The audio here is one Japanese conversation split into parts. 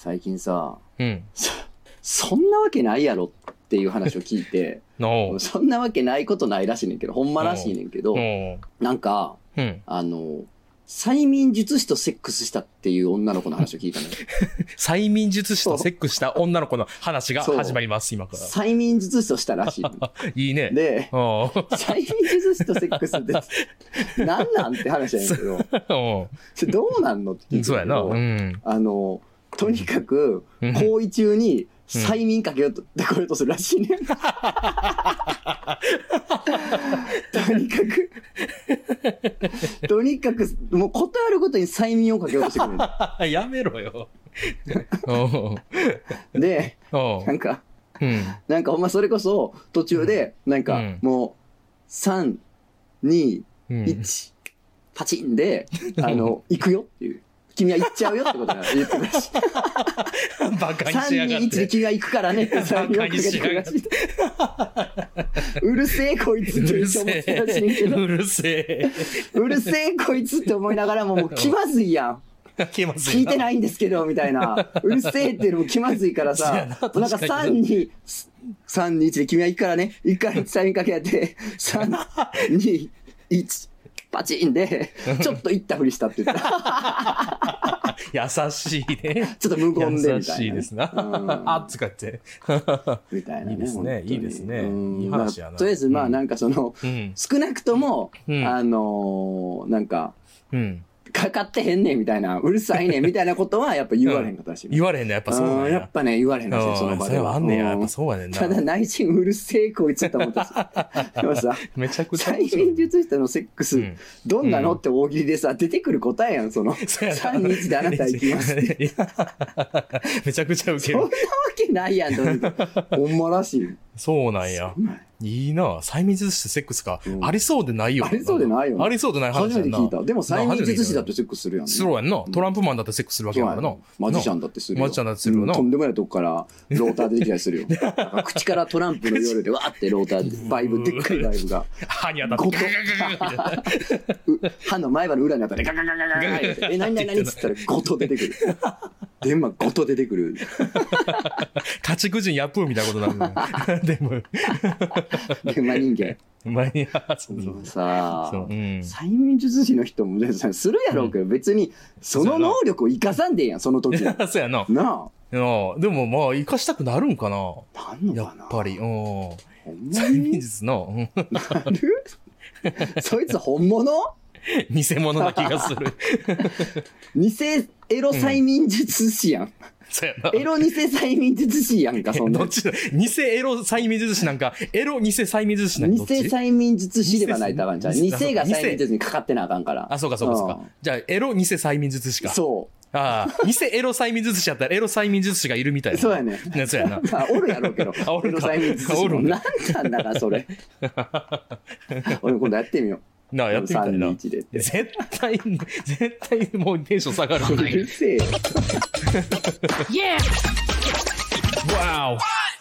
最近さ、 うん。 そんなわけないやろっていう話を聞いて、 おうそんなわけないことないらしいねんけど、ほんまらしいねんけど、 おうなんか、 うん。 催眠術師とセックスしたっていう女の子の話を聞いたのよ。 催眠術師とセックスした女の子の話が始まります、今から。 催眠術師としたらしいの。 いいね。 で、 おう催眠術師とセックスって何なんって話やねんけど、 おうどうなんのって聞いてそうやな。うん。 とにかく、行為中に催眠かけようと、でこようとするらしいね。とにかく、もうことあるごとに催眠をかけようとしてくるね。 やめろよ。おうで、 おうなんかうん。 ほんまそれこそ途中で、なんかもう、3、2、 うん 1、パチンで、行くよっていう。君は行っちゃうよってことが言ってたし。 バカにしやが 3、2、 っ 1でて。 君は行くからねって催眠をかけてくるらしい。うるせえこいつって一生思ってたらしいけど、 うるせえ。 うるせえこいつって思いながらも、もう気まずいやん。 気まずいな。 聞いてないんですけど、みたいな。うるせえっていうのも気まずいからさ、なんか3、2、3、2、1で君は行くからね。行くから催眠かけやって、3、2、1、パチンで、ちょっと行ったふりしたって言った。 優しいね。 ちょっと無言でみたいな。 優しいですな。あっつかって。 みたいなね。 いいですね。いいですね。いい話やな。 とりあえず、まあなんかその、少なくとも、 うんなんか、 うんかかってへんねんみたいな、うるさいねんみたいなことはやっぱ言われへんかったらしい。 言われへんねやっぱそうなんや。 やっぱね、言われへんらしい、その場では。 それはあんねんや。やっぱそうやねんな。 ただ内心うるせえこいつって思ったし。でもさ、 めちゃくちゃ。 催眠術師とのセックス、どんなのって大喜利でさ、出てくる答えやん、その。3日であなた行きますって。 めちゃくちゃウケる。 そんなわけないやん、とにかく。ほんまらしい。 そうなんや。いいな。催眠術師とセックスか。ありそうでないよ。 ありそうでないよ。 ありそうでない話初めて聞いた。でも催眠術師だってセックスするやん。 そうやんな。トランプマンだってセックスするわけやからな。 マジシャンだってするよ。 マジシャンだってするよな。 とんでもないとこからローター出てきたりするよ。口からトランプの夜でわーってローターでバイブ、でっかいバイブが。 歯に当たって。 歯の前歯の裏に当たってガガガガガガって。何っつったらゴト出てくる。電話ゴト出てくる。 家畜人ヤプーみたいなことなるね。でも。 電話人間。さあ、催眠術師の人もするやろうけど、別にその能力を生かさんでええやん、その時は。 そうやな。 なあ。でもまあ、生かしたくなるんかな。 なんのかな。 やっぱり。催眠術の。 なるそいつ本物偽物な気がする。 偽エロ催眠術師やん。 そうやな。 エロ偽催眠術師やんか、そんな。 どっちだ偽エロ催眠術師なんか、エロ偽催眠術師なんか。 偽催眠術師ではないとあかんじゃん。偽が催眠術にかかってなあかんから。 あ、そうか。じゃあ、エロ偽催眠術師か。 そう。 ああ、偽エロ催眠術師やったらエロ催眠術師がいるみたいな。 そうやね。 そうやな。 おるやろうけど。エロ催眠術師も。なんなんだか、それ。俺今度やってみよう。 なあ、やってみたいな。 3、2、1でって。 絶対もうテンション下がる。 うるせえよ。 Yeah! Wow!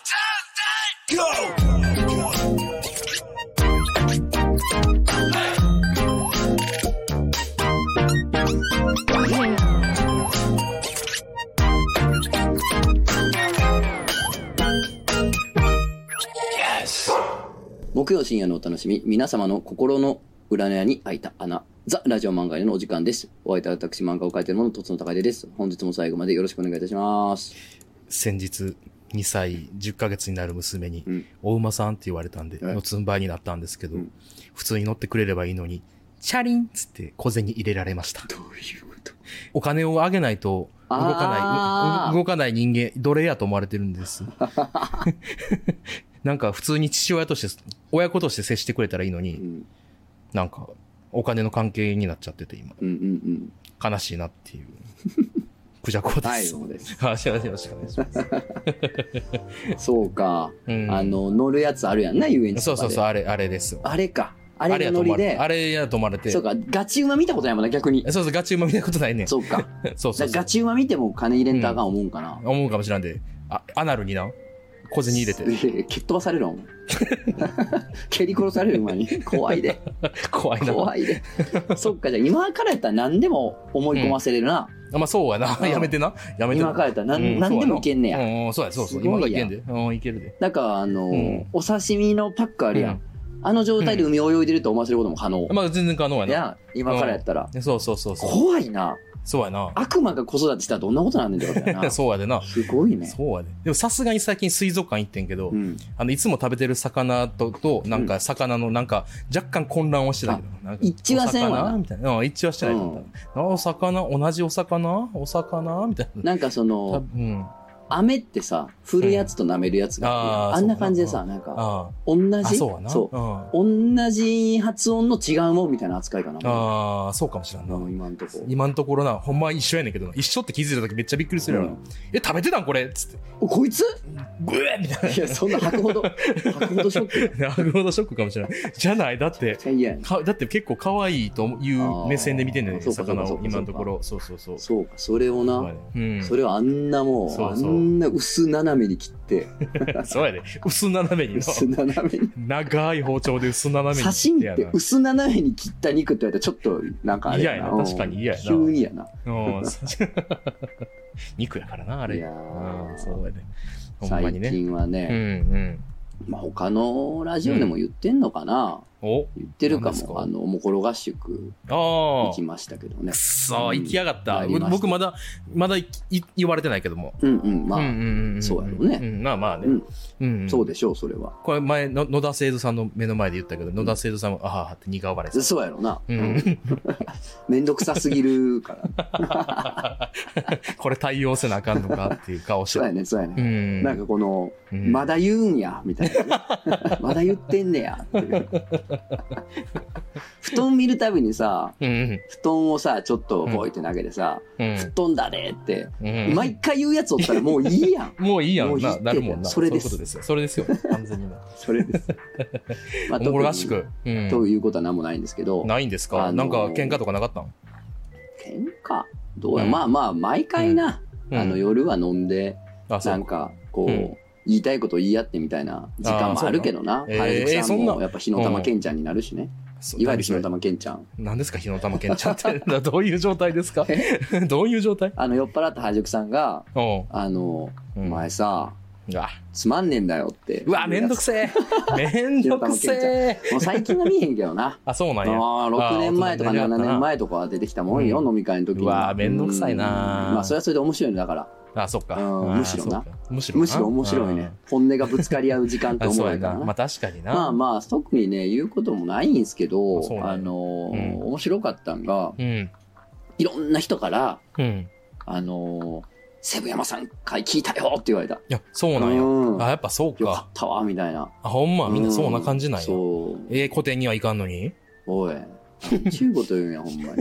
木曜深夜のお楽しみ、皆様の心の占いに開いた穴。ザ・ラジオ漫画へのお時間です。お相手は私、漫画を描いている者、とつの高出です。本日も最後までよろしくお願いいたします。 先日、2歳10ヶ月になる娘に、お馬さんって言われたんで、のつんばいになったんですけど、普通に乗ってくれればいいのに、チャリンっつって小銭入れられました。 どういうこと？ お金をあげないと動かない人間、奴隷やと思われてるんです。なんか普通に父親として、親子として接してくれたらいいのに、なんか、お金の関係になっちゃってて、今。悲しいなっていう。クジャコです。 はい、そうです。 よろしくお願いします。 そうか。乗るやつあるやんな、遊園地とかで。 そう、あれです。 あれか。あれが乗りで。 あれやと思われて。 そうか、ガチ馬見たことないもんな、逆に。 そう、ガチ馬見たことないね。 そうか。 そう。 ガチ馬見ても金入れんとあかん思うんかな。 思うかもしれんで。アナルにな。小銭入れて。 蹴っ飛ばされるわ、お前。蹴り殺される馬に。怖いで。 怖いな。 怖いで。そっか、じゃあ今からやったら何でも思い込ませれるな。 まあそうやな。やめてな。やめてな。 今からやったら何でもいけんねや。 そうや、そうそう。 すごいやん今からいけんで。いけるで。 なんかお刺身のパックあるやん。あの状態で海泳いでると思わせることも可能。 まあ全然可能やな。 いや、今からやったら。 そうそうそう。 怖いな。 そうやな。 悪魔が子育てしたらどんなことなんねんってことやな。 そうやでな。 すごいね。 そうやで。でもさすがに最近水族館行ってんけど、いつも食べてる魚と、なんか魚のなんか若干混乱をしてたけど。 一致はせんわな。 みたいな。一致はしてないと思った。お魚同じお魚みたいな。 なんか飴ってさ、振るやつと舐めるやつがあんな感じでさ、なんか、同じ同じ発音の違うもんみたいな扱いかな。 ああ、そうかもしれんな。今んところな、ほんま一緒やねんけどな。一緒って気づいた時めっちゃびっくりするやろ。食べてたんこれっつって。 こいつグエみたいな。 いや、そんな吐くほどショック。 吐くほどショックかもしれない。じゃないだって、だって結構可愛いという目線で見てんねんね、魚を。今のところ。そうそうそう。 そうか、それをな、それをあんなもう、あんな薄斜めに切って。 そうやで。薄斜めに。 薄斜めに。 長い包丁で薄斜めに切ってやな。刺身って薄斜めに切った肉って言われたらちょっと、なんかあれやな。 嫌やな。確かに嫌やな。 急にやな。 肉やからな、あれ。 いやそうやで。 最近はね、まあ他のラジオでも言ってんのかな、言ってるかも。おもころ合宿行きましたけどね。 くそ、行きやがった。僕まだ言われてないけども。 まあ、そうやろうね。 まあまあね。 そうでしょう、それは。 これ前、野田聖人さんの目の前で言ったけど、野田聖人さんも、ああって苦笑いする。 そうやろうな。めんどくさすぎるから。 これ対応せなあかんのかっていう顔してそうやね、そうやね。なんかこの、まだ言うんや、みたいな。まだ言ってんねや、っていう。布団見るたびにさ、布団をさ、ちょっとこういって投げてさ、布団だねって、毎回言うやつおったらもういいやん。 もういいやんな、なるもんな。 それです。 それですよ。完全にな。 それです。 まあ、おもろらしく。 ということは何もないんですけど。 ないんですか？なんか喧嘩とかなかったん？ 喧嘩どうや、まあまあ、毎回な、夜は飲んで、なんか、こう、言いたいことを言い合ってみたいな時間もあるけどな。原宿さんもやっぱ火の玉ケンちゃんになるしね。いわゆる火の玉ケンちゃん。 何ですか火の玉ケンちゃんって。どういう状態ですか？どういう状態？ 酔っ払った原宿さんが、お前さ、つまんねえんだよって。 うわ、めんどくせえ。めんどくせえ。 もう最近は見えへんけどな。 あ、そうなんや。 6年前とか7年前とかは出てきたもんよ、飲み会の時に。 うわ、めんどくさいな。 まあ、それはそれで面白いんだから。 あ、そっか。 むしろな。むしろ面白いね。本音がぶつかり合う時間って思うからな。 まあ確かにな。 まあまあ、特にね、言うこともないんですけど、面白かったんが、いろんな人から、セブ山さん回聞いたよって言われた。いや、そうなんや。あ、やっぱそうか。 よかったわ、みたいな。 あ、ほんま、みんなそんな感じなんや。そう。個展にはいかんのに？ おい。なんちゅうこと言うんや、ほんまに。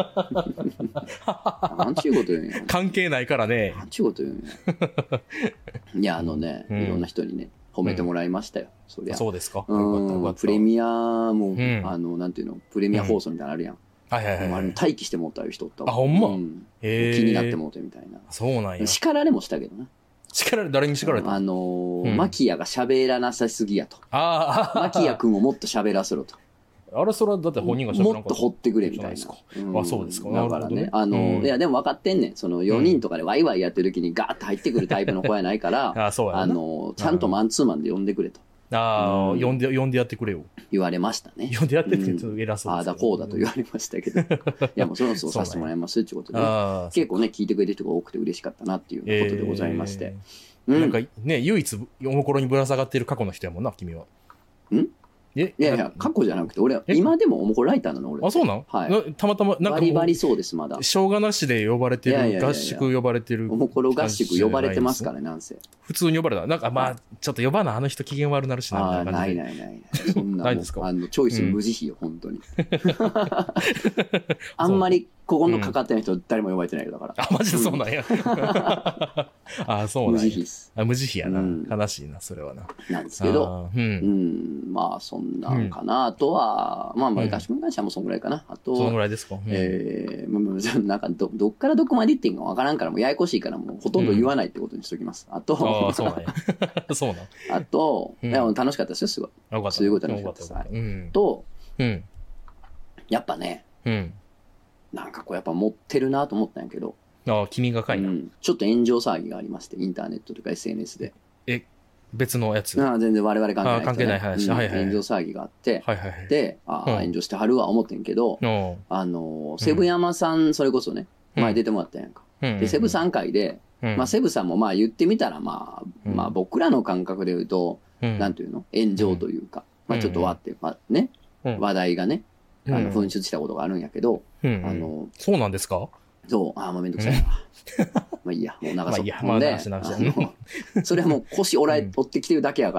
なんちゅうこと言うんや。 関係ないからね。 なんちゅうこと言うんや。いや、いろんな人にね、褒めてもらいましたよ。そりゃ。 そうですか。 プレミアも、なんていうの、プレミア放送みたいなのあるやん。 はいはいはい。 待機してもった人おったわ。 あ、ほんま？ 気になってもうてみたいな。 そうなんや。 叱られもしたけどな。 誰に叱られた？ マキヤが喋らなさすぎやと。マキヤ君をもっと喋らせろと。 あれ、それはだって本人が喋らなかった。もっと掘ってくれみたいな。 あ、そうですか。 だからね、いや、でも分かってんねん。その4人とかでワイワイやってる時にガーッと入ってくるタイプの子やないから、ちゃんとマンツーマンで呼んでくれと。 ああ、呼んでやってくれよ。 言われましたね。 呼んでやってくれと偉そうです。 ああだこうだと言われましたけど。いや、もうそろそろさせてもらいますっていうことで、結構ね、聞いてくれる人が多くて嬉しかったなっていうことでございまして。 なんかね、唯一おもころにぶら下がっている過去の人やもんな、君は。 いやいや、過去じゃなくて、俺、今でもおもこライターなの、俺。 あ、そうなん？ はい。 たまたま、なんか。 バリバリそうです、まだ。 しょうがなしで呼ばれてる、合宿呼ばれてる。 おもころ合宿呼ばれてますから、なんせ。 普通に呼ばれた。なんかまあ、ちょっと呼ばな、あの人機嫌悪なるしな。 ない。そんな。ないですか？チョイス無慈悲よ、本当に。あんまり、ここのかかってない人、誰も呼ばれてないよ、だから。 あ、マジでそうなんや。あ、そうなんや。 無慈悲っす。 無慈悲やな。悲しいな、それはな。 なんですけど、まあ、そんなんかな。あとは、まあ、合宿に関してはもうそんぐらいかな。あと、 そんぐらいですか。 なんか、どっからどこまで言っていいかわからんから、もうややこしいから、もうほとんど言わないってことにしときます。あと、 そうなんや。そうなん。 あと、楽しかったですよ、すごい。すごい楽しかったです。と、やっぱね、なんかこうやっぱ持ってるなと思ったんやけど、 ああ、君がかいな。 ちょっと炎上騒ぎがありまして、インターネットとか SNS で。 別のやつ。 全然我々関係ない、 関係ない話。はいはい。 炎上騒ぎがあって、 はいはい。 で、炎上してはるわ思ってんけど、セブ山さん、それこそね、前出てもらったやんか。で、セブ3回で、セブさんもまあ言ってみたら、まあ僕らの感覚で言うと、なんていうの炎上というか、まあちょっとわって、ね、話題がね、噴出したことがあるんやけど、 そうなんですか？ そう、もうめんどくさいな。まあいいや、もう流そう。 まあいいや、まあ流して。 それはもう腰折ってきてるだけやから。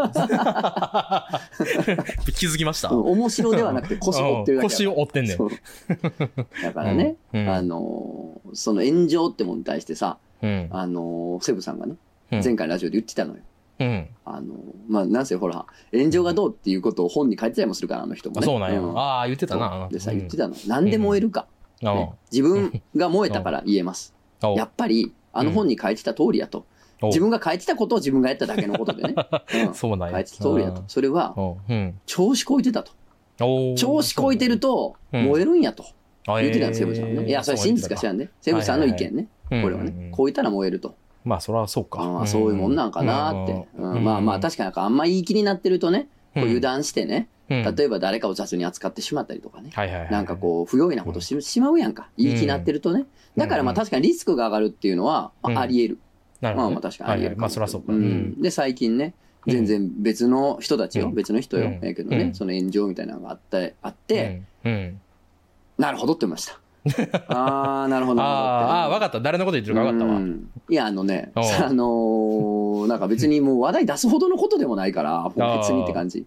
気づきました。 面白ではなくて腰折ってるだけ。 腰を折ってんねん。 だからね、その炎上ってものに対してさ、セブさんがね、前回ラジオで言ってたのよ。まあなんせほら、炎上がどうっていうことを本に書いてたりもするから、あの人もね。 そうなんや。ああ、言ってたな。 でさ、言ってたの。なんで燃えるか。自分が燃えたから言えます。やっぱり、本に書いてた通りやと。自分が書いてたことを自分がやっただけのことでね。 そうなんや。 書いてた通りやと。それは、調子こいてたと。調子こいてると、燃えるんやと。言ってたんです、セブさんね。いや、それ真実か知らんね。セブさんの意見ね。これはね。こう言ったら燃えると。 まあ、それはそうか。 そういうもんなんかなって。まあまあ、確かにあんま言い気になってるとね、油断してね。例えば誰かを雑に扱ってしまったりとかね。なんかこう、不用意なことしてしまうやんか。言い気になってるとね。だからまあ確かにリスクが上がるっていうのは、あり得る。まあまあ確かにあり得る。 まあそりゃそうか。 で、最近ね、全然別の人たちよ。別の人よ。やけどね、その炎上みたいなのがあって、なるほどって言いました。なるほど。 わかった。誰のこと言ってるかわかったわ。 いや、なんか別にもう話題出すほどのことでもないから、もう別にって感じ。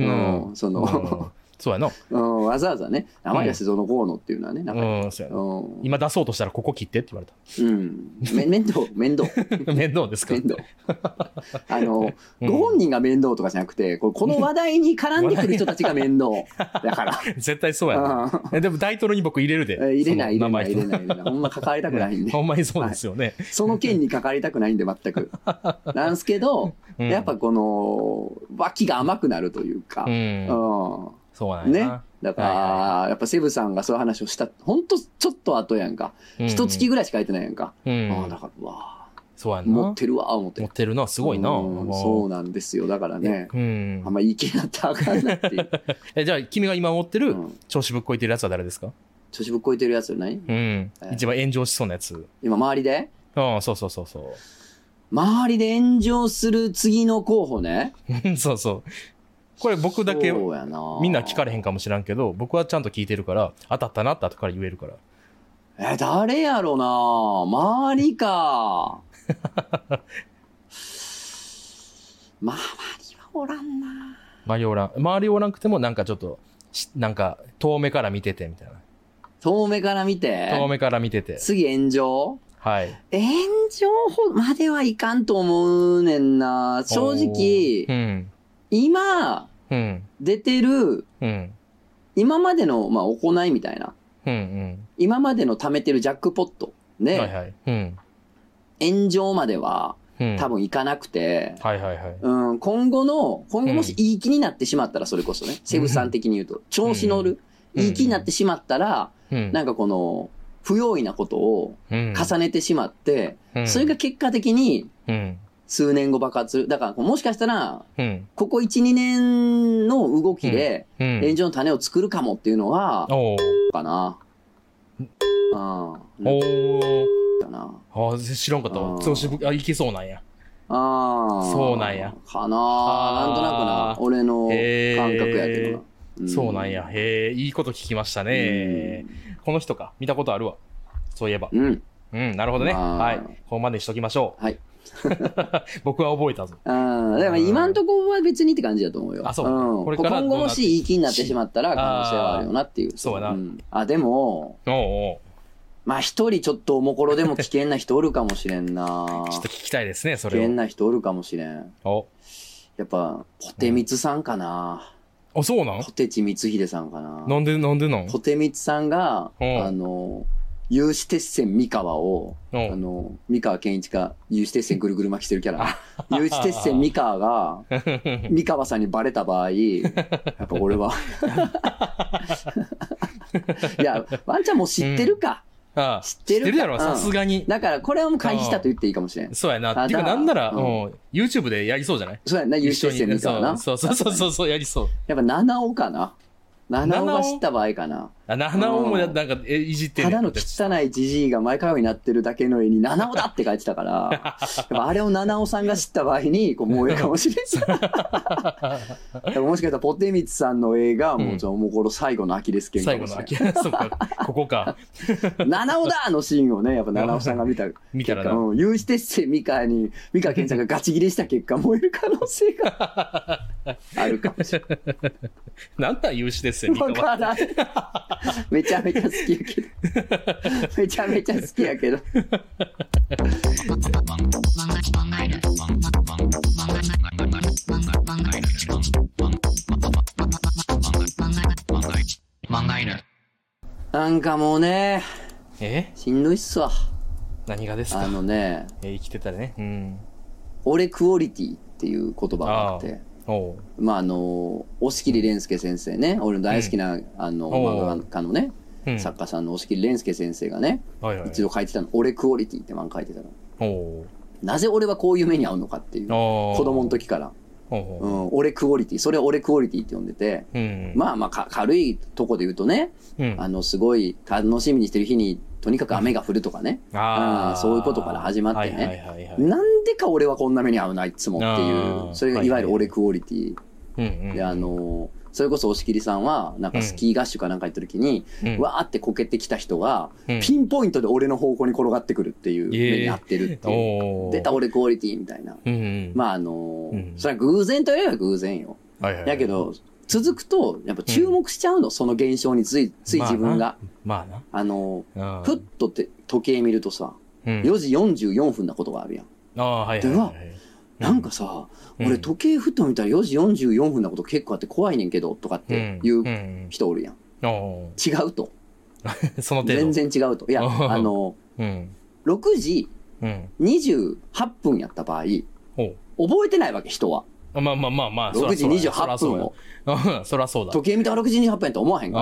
そうやな。 わざわざね、名前出してどのこうのっていうのはね、なんか。 今出そうとしたらここ切ってって言われた。 面倒。面倒ですか？ 面倒。ご本人が面倒とかじゃなくて、この話題に絡んでくる人たちが面倒。だから。 絶対そうやな。でもタイトルに僕入れるで。 入れない。ほんま関わりたくないんで。 ほんまにそうですよね。 その件に関わりたくないんで、全く。なんすけど、やっぱこの、脇が甘くなるというか。 そうなんやね。だから、やっぱセブさんがそういう話をした、ほんとちょっと後やんか。一月ぐらいしか書いてないやんか。だから、 そうやな。 持ってるわ、思って。 持ってるな、すごいな。 そうなんですよ。だからね、あんまいい気になったらあかんなっていう。 じゃあ、君が今持ってる、調子ぶっこいてるやつは誰ですか？ 調子ぶっこいてるやつ何？ 一番炎上しそうなやつ。 今、周りで？ そう。 周りで炎上する次の候補ね。 そう。これ僕だけみんな聞かれへんかもしらんけど、僕はちゃんと聞いてるから当たったなって後から言えるから。 誰やろな。周りか。周りはおらんな。 周りおらんくてもなんかちょっとなんか遠目から見ててみたいな。 遠目から見て次炎上。 はい。 炎上まではいかんと思うねんな。正直、今、出てる、今までの、行いみたいな。今までの貯めてるジャックポットで、炎上までは、多分いかなくて、今後もしいい気になってしまったら、それこそね、セブさん的に言うと、調子乗る、いい気になってしまったら、なんかこの、不用意なことを重ねてしまって、それが結果的に、数年後爆発する。だから、もしかしたら、ここ1、2年の動きで、炎上の種を作るかもっていうのは、かな。かな。 知らんかったわ。いけそうなんや。そうなんや。 かな。なんとなくな。俺の感覚やけどな。 そうなんや。いいこと聞きましたね。この人か。見たことあるわ。そういえば。なるほどね。はい。ここまでにしときましょう。 はい。 僕は覚えたぞ。 でも今んとこは別にって感じだと思うよ。 そう。 これから今後もしいい気になってしまったら可能性はあるよなっていう。 そうやな。 でも、一人ちょっとおもころでも危険な人おるかもしれんな。 ちょっと聞きたいですね、それ。 危険な人おるかもしれん。やっぱ、ポテミツさんかな。 そうなん？ ポテチ光秀さんかな。 なんでなんポテミツさんが、有刺鉄線三河を、三河健一が有刺鉄線ぐるぐる巻きしてるキャラ。有刺鉄線三河が、三河さんにバレた場合、やっぱ俺は。いや、ワンちゃんもう知ってるか。 ああ、 知ってるか知ってるやろ、さすがに。 だから、これはもう回避したと言っていいかもしれん。 そうやな。 ただてか、なんなら、 うんもう YouTube でやりそうじゃないそうやな、優一緒に秀生見たらな。 そうそう、やりそう。 やっぱ七尾かな。七尾が知った場合かな。 あ、七尾もなんか、いじってんねんただの汚いじじいが前かがみになってるだけの絵に七尾だって書いてたから、やっぱあれを七尾さんが知った場合に、こう燃えるかもしれん。だからもしかしたらポテミツさんの映画、もうもうこの最後のアキレス腱か最後もしれん。 のそうか、ここか。 七尾だのシーンをね、やっぱ七尾さんが見た見たらな。 有志鉄線ミカ健さんがガチ切れした結果燃える可能性があるかもしれない。 なんだ有志ですよ、 わからん。めちゃめちゃ好きやけど。めちゃめちゃ好きやけど。なんかもうね、しんどいっすわ。 何がですか？ 生きてたね。うん。 俺クオリティっていう言葉があって。まあ押切蓮介先生ね、俺の大好きな、漫画家のね、作家さんの押切蓮介先生がね、一度書いてたの、俺クオリティって漫画書いてたの。なぜ俺はこういう目に遭うのかっていう、子供の時から。俺クオリティ、それを俺クオリティって呼んでて、まあ軽いとこで言うとね、すごい楽しみにしてる日にとにかく雨が降るとかね、そういうことから始まってね、なんでか俺はこんな目に遭うな、いつもっていう、それがいわゆる俺クオリティ。で、それこそ押切さんは、なんかスキー合宿かなんか行った時に、わーってこけてきた人が、ピンポイントで俺の方向に転がってくるっていう目に遭ってるっていう。出た俺クオリティみたいな。まあそれは偶然と言えば偶然よ。やけど、続くと、やっぱ注目しちゃうの、その現象につい自分が。 まあな。 ふっと時計見るとさ、4時44分なことがあるやん。では、なんかさ、俺時計ふっと見たら4時44分なこと結構あって怖いねんけどとかって言う人おるやん。違うと。 その程度。 全然違うと。いや、6時28分やった場合、覚えてないわけ、人は。 まあ。 6時28分を。 そらそうだ。 時計見たら6時28分やと思わへんから、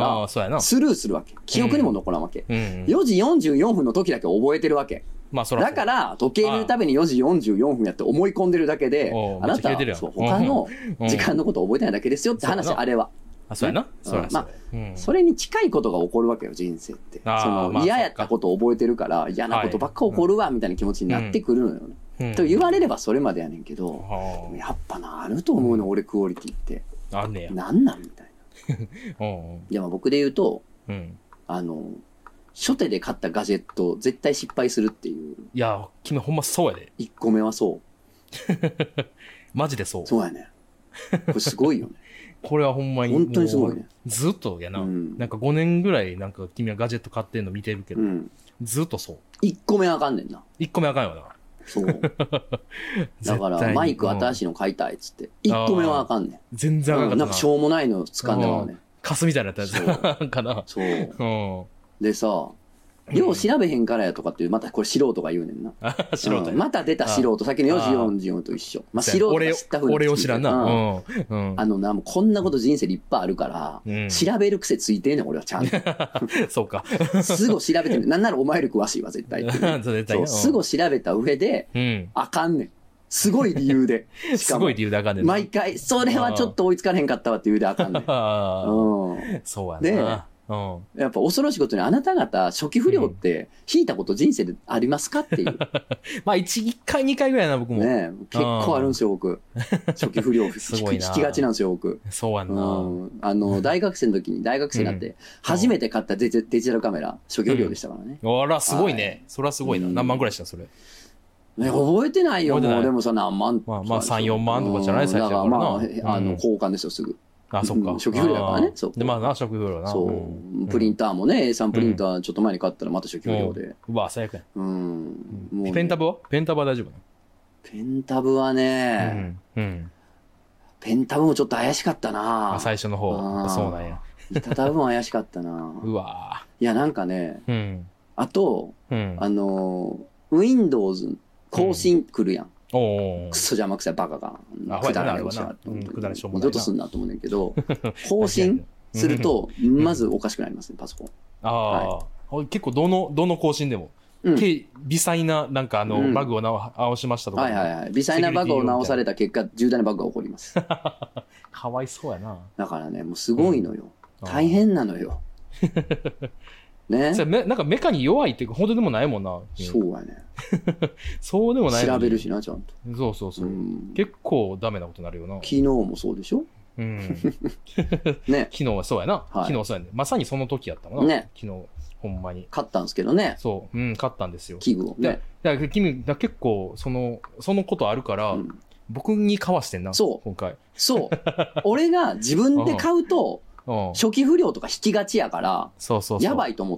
スルーするわけ。記憶にも残らんわけ。4時44分の時だけ覚えてるわけ。だから、時計見るたびに4時44分やって思い込んでるだけで、あなたは他の時間のことを覚えてないだけですよって話、あれは。 そうやな。 まあ、それに近いことが起こるわけよ、人生って。嫌やったことを覚えてるから、嫌なことばっか起こるわ、みたいな気持ちになってくるのよね。と言われればそれまでやねんけど、やっぱな、あると思うの、俺クオリティって。なんなんみたいな。いや、僕で言うと、初手で買ったガジェット絶対失敗するっていう。 いや、君ほんまそうやで。 1個目はそう。 マジでそう。 そうやね。これすごいよね。 これはほんまに。 本当にすごいね。 ずっとやな。なんか5年ぐらいなんか君はガジェット買ってんの見てるけど、ずっとそう。 1個目あかんねんな。 1個目あかんよな。 そう。だからマイク新しいの買いたいっつって。1個目はあかんねん。 全然あかんかった。 なんかしょうもないの掴んでもね。 カスみたいなやつかな。 そう。でさ、よう調べへんからやとかっていう、またこれ素人が言うねんな。 素人また出た素人、さっきの4時44と一緒。まあ素人が知ったふうに。 俺を知らんな。 もうこんなこと人生でいっぱいあるから、調べる癖ついてんねん、俺はちゃんと。 そうか。 すぐ調べてる。なんならお前より詳しいわ、絶対。すぐ調べた上で、あかんねん。すごい理由で。 すごい理由であかんねん。 毎回、それはちょっと追いつかれへんかったわっていう理由であかんねん。 そうやな。 やっぱ恐ろしいことにあなた方初期不良って引いたこと人生でありますかっていう。 まあ1回2回ぐらいな僕も。 ね結構あるんですよ僕。初期不良引きがちなんですよ僕。 そうやんな。 大学生の時に大学生になって初めて買ったデジタルカメラ初期不良でしたからね。 あらすごいね。それはすごいな。何万ぐらいしたそれ。 覚えてないよもうでもさ何万。 まあ3、4万とかじゃない最初だからまあ交換ですよすぐ。 あ、そっか。 初期不良だからね。 で、まあな、初期不良だな。 そう。プリンターもね、A3 プリンターちょっと前に買ったらまた初期不良で。 うわ、最悪や。 もう。 ペンタブは大丈夫なの？ ペンタブはね、ペンタブもちょっと怪しかったな。 最初の方。そうなんや。 板タブも怪しかったな。 うわ。 いや、なんかね、あと、Windows 更新来るやん。クソ邪魔くさいバカが。くだらないおしゃ二度とすんなと思うねんけど、更新すると、まずおかしくなりますね、パソコン。 結構どの更新でも。微細な、なんかバグを直しましたとか。 はいはいはい。微細なバグを直された結果、重大なバグが起こります。 かわいそうやな。 だからね、もうすごいのよ。大変なのよ。ね。 なんかメカに弱いっていうか、ほどでもないもんな。 そうやね。 そうでもない。 調べるしな、ちゃんと。 そう。結構ダメなことになるよな。 昨日もそうでしょね。昨日はそうやな。昨日そうやね。まさにその時やったもんな。ね。昨日。ほんまに。 買ったんですけどね。 そう。買ったんですよ。 器具をね。 だから君、結構、そのことあるから、僕に買わしてんな。そう。今回。 そう。俺が自分で買うと、初期不良とか引きがちやから、やばいと思って、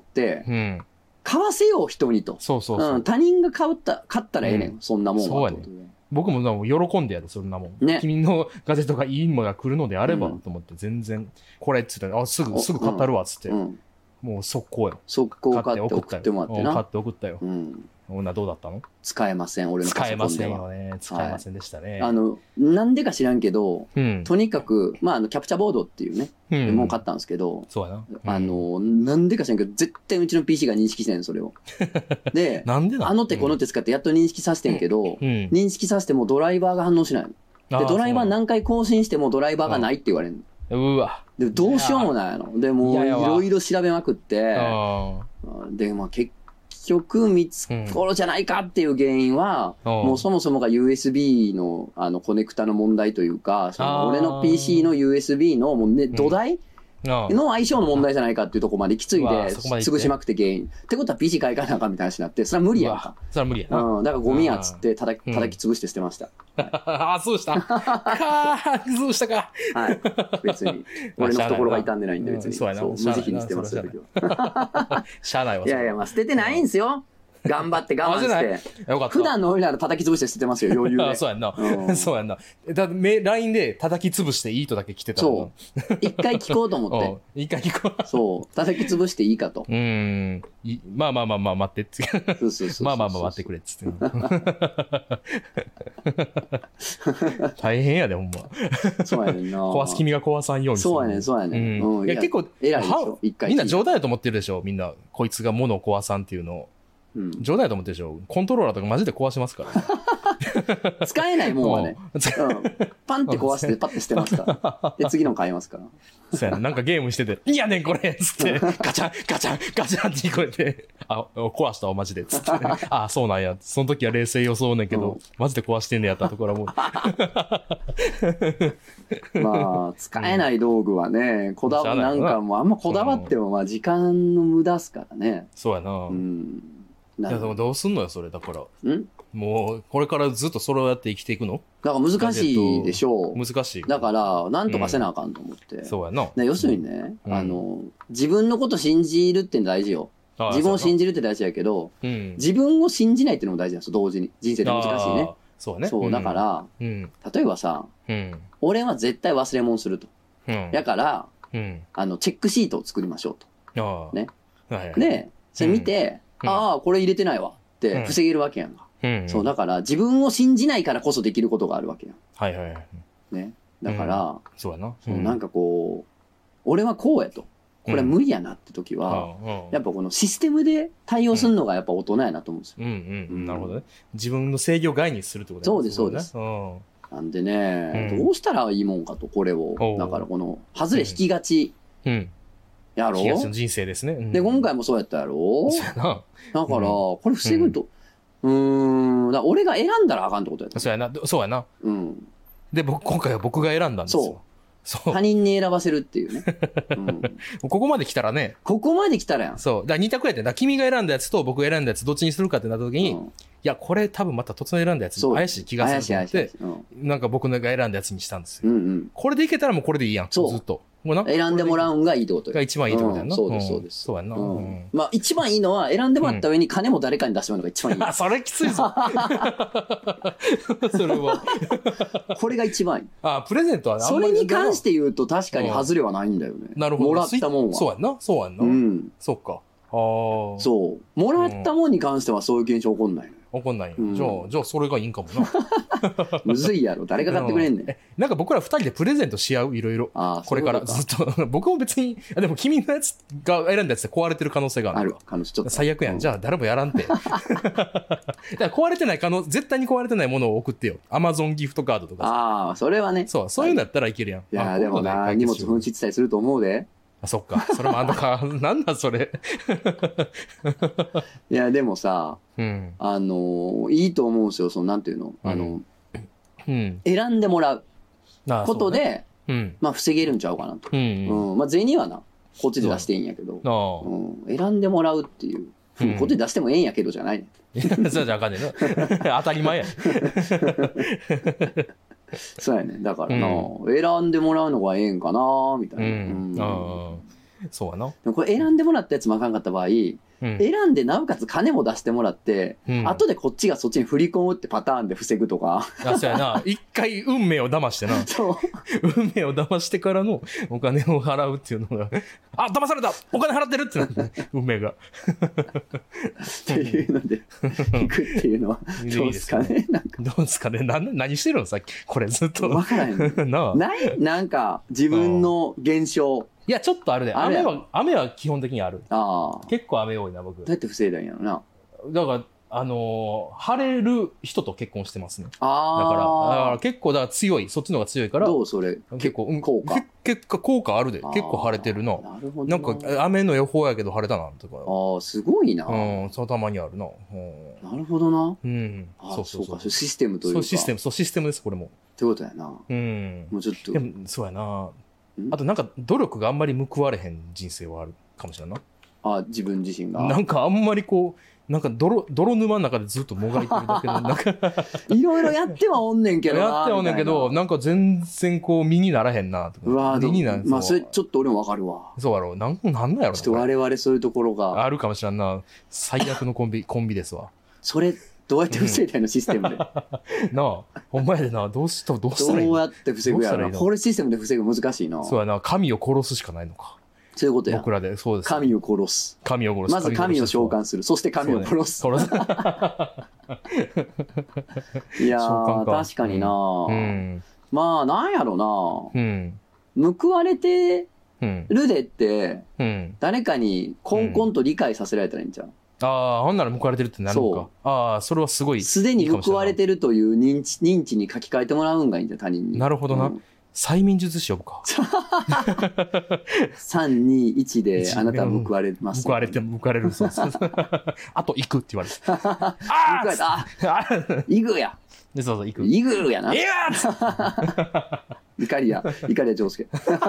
買わせよう人にと。そう。他人が買ったらええねん。そんなもんは。そうやね。 僕も喜んでやで、そんなもん。ね。君のガジェットがいいものが来るのであれば、と思って、全然、これっつって、すぐ買ったるわ、つって。もう速攻よ。 速攻買って送ってもらってな。 買って送ったよ。女どうだったの？ 使えません、俺のパソコンでは。 使えませんよね。使えませんでしたね。 なんでか知らんけど、とにかく、キャプチャーボードっていうね、もう買ったんですけど、 そうやな。 なんでか知らんけど、絶対うちの PC が認識してんの、それを。で、 なんでなの？ 手この手使ってやっと認識させてんけど、認識させてもドライバーが反応しないの。で、ドライバー何回更新してもドライバーがないって言われるの。 うわ。 でどうしようもないの。でもういろいろ調べまくって、で、結局見つころじゃないかっていう原因は、もうそもそもが USB のコネクタの問題というか、俺の PC の USB のもうね、土台の相性の問題じゃないかっていうところまできついで、潰しまくって原因。ってことは PC 買い替えなあかんみたいな話になって、それは無理やんか。 それは無理やな。 だからゴミやっつって叩き潰して捨てました。 ああ、そうした。そうしたか。 はい。別に。俺の懐が傷んでないんで別に。そうやな。無慈悲に捨てます、 しゃあないわ。 いやいや、捨ててないんすよ。頑張って我慢して。普段の俺なら叩き潰して捨ててますよ、余裕で。 そうやんな。そうやんな。LINE で叩き潰していいとだけ来てたそう。一回聞こうと思って。 一回聞こう。そう。叩き潰していいかと。 まあ、待ってって。 そう。 まあ、待ってくれっつって。大変やで、ほんま。 そうやねんな。 君が壊さんように。 そうやねん。 いや、結構、 偉いでしょ。 みんな冗談やと思ってるでしょ、みんな。こいつが物を壊さんっていうのを。冗談やと思ってるでしょ。コントローラーとかマジで壊しますから。 使えないもんはね。パンって壊してパッて捨てますから。で、次の買いますから。 そうやな。なんかゲームしてて、いやねんこれつって、ガチャンって聞こえて、壊したわマジでつって。そうなんや。その時は冷静予想ねんけど、マジで壊してんねやったところはもう。 使えない道具はね、なんかもうあんまこだわっても時間の無駄っすからね。 そうやな。いや、でもどうすんのよ、それ。だから。もう、これからずっとそれをやって生きていくの？ だから難しいでしょう。 難しい。 だから、なんとかせなあかんと思って。 そうやな。 要するにね、自分のこと信じるって大事よ。自分を信じるって大事やけど、自分を信じないっていうのも大事なんですよ、同時に。人生で難しいね。 そうね。 そう、だから、例えばさ、俺は絶対忘れ物すると。だから、チェックシートを作りましょうと。ね。で、それ見て、これ入れてないわって防げるわけやんか。そう、だから自分を信じないからこそできることがあるわけやん。 はいはいはい。 ね。だから、 そうやな。 なんかこう、俺はこうやと。これ無理やなって時は、やっぱこのシステムで対応するのがやっぱ大人やなと思うんですよ。 なるほどね。自分の制御外にするってことそうです、そうです。なんでね、どうしたらいいもんかと、これを。だからこの、外れ引きがち。やろ？ 東の人生ですね。 で、今回もそうやったやろ？ そうやな。 だから、これ防ぐと、俺が選んだらあかんってことやった。 そうやな。そうやな。で、今回は僕が選んだんですよ。 そう。他人に選ばせるっていうね。 ここまで来たらね。 ここまで来たらやん。 そう。だから二択やってんだ。君が選んだやつと僕が選んだやつどっちにするかってなった時に、いや、これ多分また突然選んだやつ怪しい気がすると思って、なんか僕が選んだやつにしたんですよ。これでいけたらもうこれでいいやん。ずっと。 選んでもらうんがいいってことが一番いいってことやんな。 そうです、そうです。 そうやんな。 まあ一番いいのは選んでもらった上に金も誰かに出してもらうのが一番いい。 それきついぞ。それは。 これが一番いい。 プレゼントはそれに関して言うと確かに外れはないんだよね。 なるほど。 もらったもんは。 そうやんな。そうやんな。そっか。 そう。もらったもんに関してはそういう現象起こんないのよ。 怒んないよ。 うん、 じゃあそれがいいんかもな。 むずいやろ。誰が買ってくれんねん。 なんか僕ら二人でプレゼントし合う、いろいろ。これからずっと。僕も別に、でも君のやつが選んだやつで壊れてる可能性がある。 ある。ちょっと最悪やん。じゃあ誰もやらんて。だから壊れてない絶対に壊れてないものを送ってよ。アマゾンギフトカードとか。 ああ、それはね。 そういうのやったらいけるやん。 いや、でもな、荷物紛失したりすると思うで。 あ、そっか。それもあんのか。なんだそれ。 いや、でもさ、いいと思うんですよ。なんていうの選んでもらうことで、まあ、防げるんちゃうかなと。まあ、銭はな、こっちで出していいんやけど、選んでもらうっていう。こっちで出してもええんやけどじゃないね。 そうじゃあかんねえな。当たり前や。 そうやね。だからな、選んでもらうのがええんかなみたいな。 そうやな。 でもこれ選んでもらったやつもあかんかった場合、選んでなおかつ金も出してもらって、後でこっちがそっちに振り込むってパターンで防ぐとか。 そうやな。一回運命を騙してな。 そう。 運命を騙してからのお金を払うっていうのが、あ、騙されたお金払ってるってなって、運命が。 っていうので、行くっていうのは、どうですかね。 どうですかね。何してるのさっき。これずっと。 わからへん。ないなんか、自分の現象。 いや、ちょっとあるで。雨は基本的にある。結構雨多いな、僕。 どうやって防いだんやろな。 だから、晴れる人と結婚してますね。だから結構、強い。そっちの方が強いから。 どうそれ結構、効果結果、効果あるで。結構晴れてるな。 なるほど。 なんか、雨の予報やけど晴れたな、とか。 すごいな。 そうたまにあるな。 なるほどな。 そうか。システムというか。 システムです、これも。 ってことやな。もうちょっと。 でも、そうやな。あとなんか努力があんまり報われへん人生はあるかもしれんな。 自分自身が。 なんかあんまりこう、なんか泥沼の中でずっともがいてるだけの、なんかいろいろやってはおんねんけどな。 やってはおんねんけど、なんか全然こう身にならへんなとか。身になる。 まあそれちょっと俺もわかるわ。 そうやろ。なんやろな。 ちょっと我々そういうところが。 あるかもしれんな。最悪のコンビですわ。 それ、どうやって防いだのシステムで。なあ、ほんまやでな。どうしたらいいの？ どうやって防ぐやろ。これシステムで防ぐ難しいな。 そうやな。神を殺すしかないのか。 そういうことや。 僕らで、そうです。 神を殺す。まず神を召喚する。そして神を殺す。いやー、確かにな。まあ、なんやろな。報われてるでって、誰かにコンコンと理解させられたらいいんちゃう？ ほんなら報われてるってなるのか。それはすごい。 すでに報われてるという認知に書き換えてもらうんがいいんじゃ、他人に。 なるほどな。催眠術師呼ぶか。 3、2、1であなたは報われます。 報われる。そうあと行くって言われて。 イグや。 そう、行く。 イグやな。 いやイカリア丈介。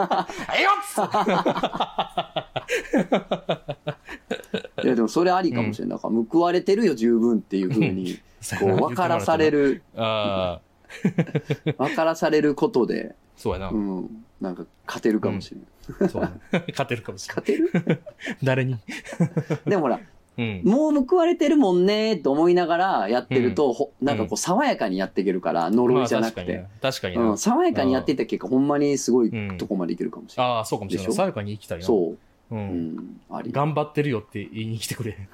いやでもそれありかもしれない。報われてるよ十分っていうふうに、こう分からされる。分からされることで。 そうやな。 なんか勝てるかもしれない。 そう。勝てるかもしれない。 勝てる？ 誰に？ でもほら、もう報われてるもんねと思いながらやってると、なんかこう爽やかにやっていけるから、呪いじゃなくて。 確かに。 爽やかにやっていった結果、ほんまにすごいとこまでいけるかもしれない。 そうかもしれない。爽やかに生きたいな。 そう。 頑張ってるよって言いに来てくれ。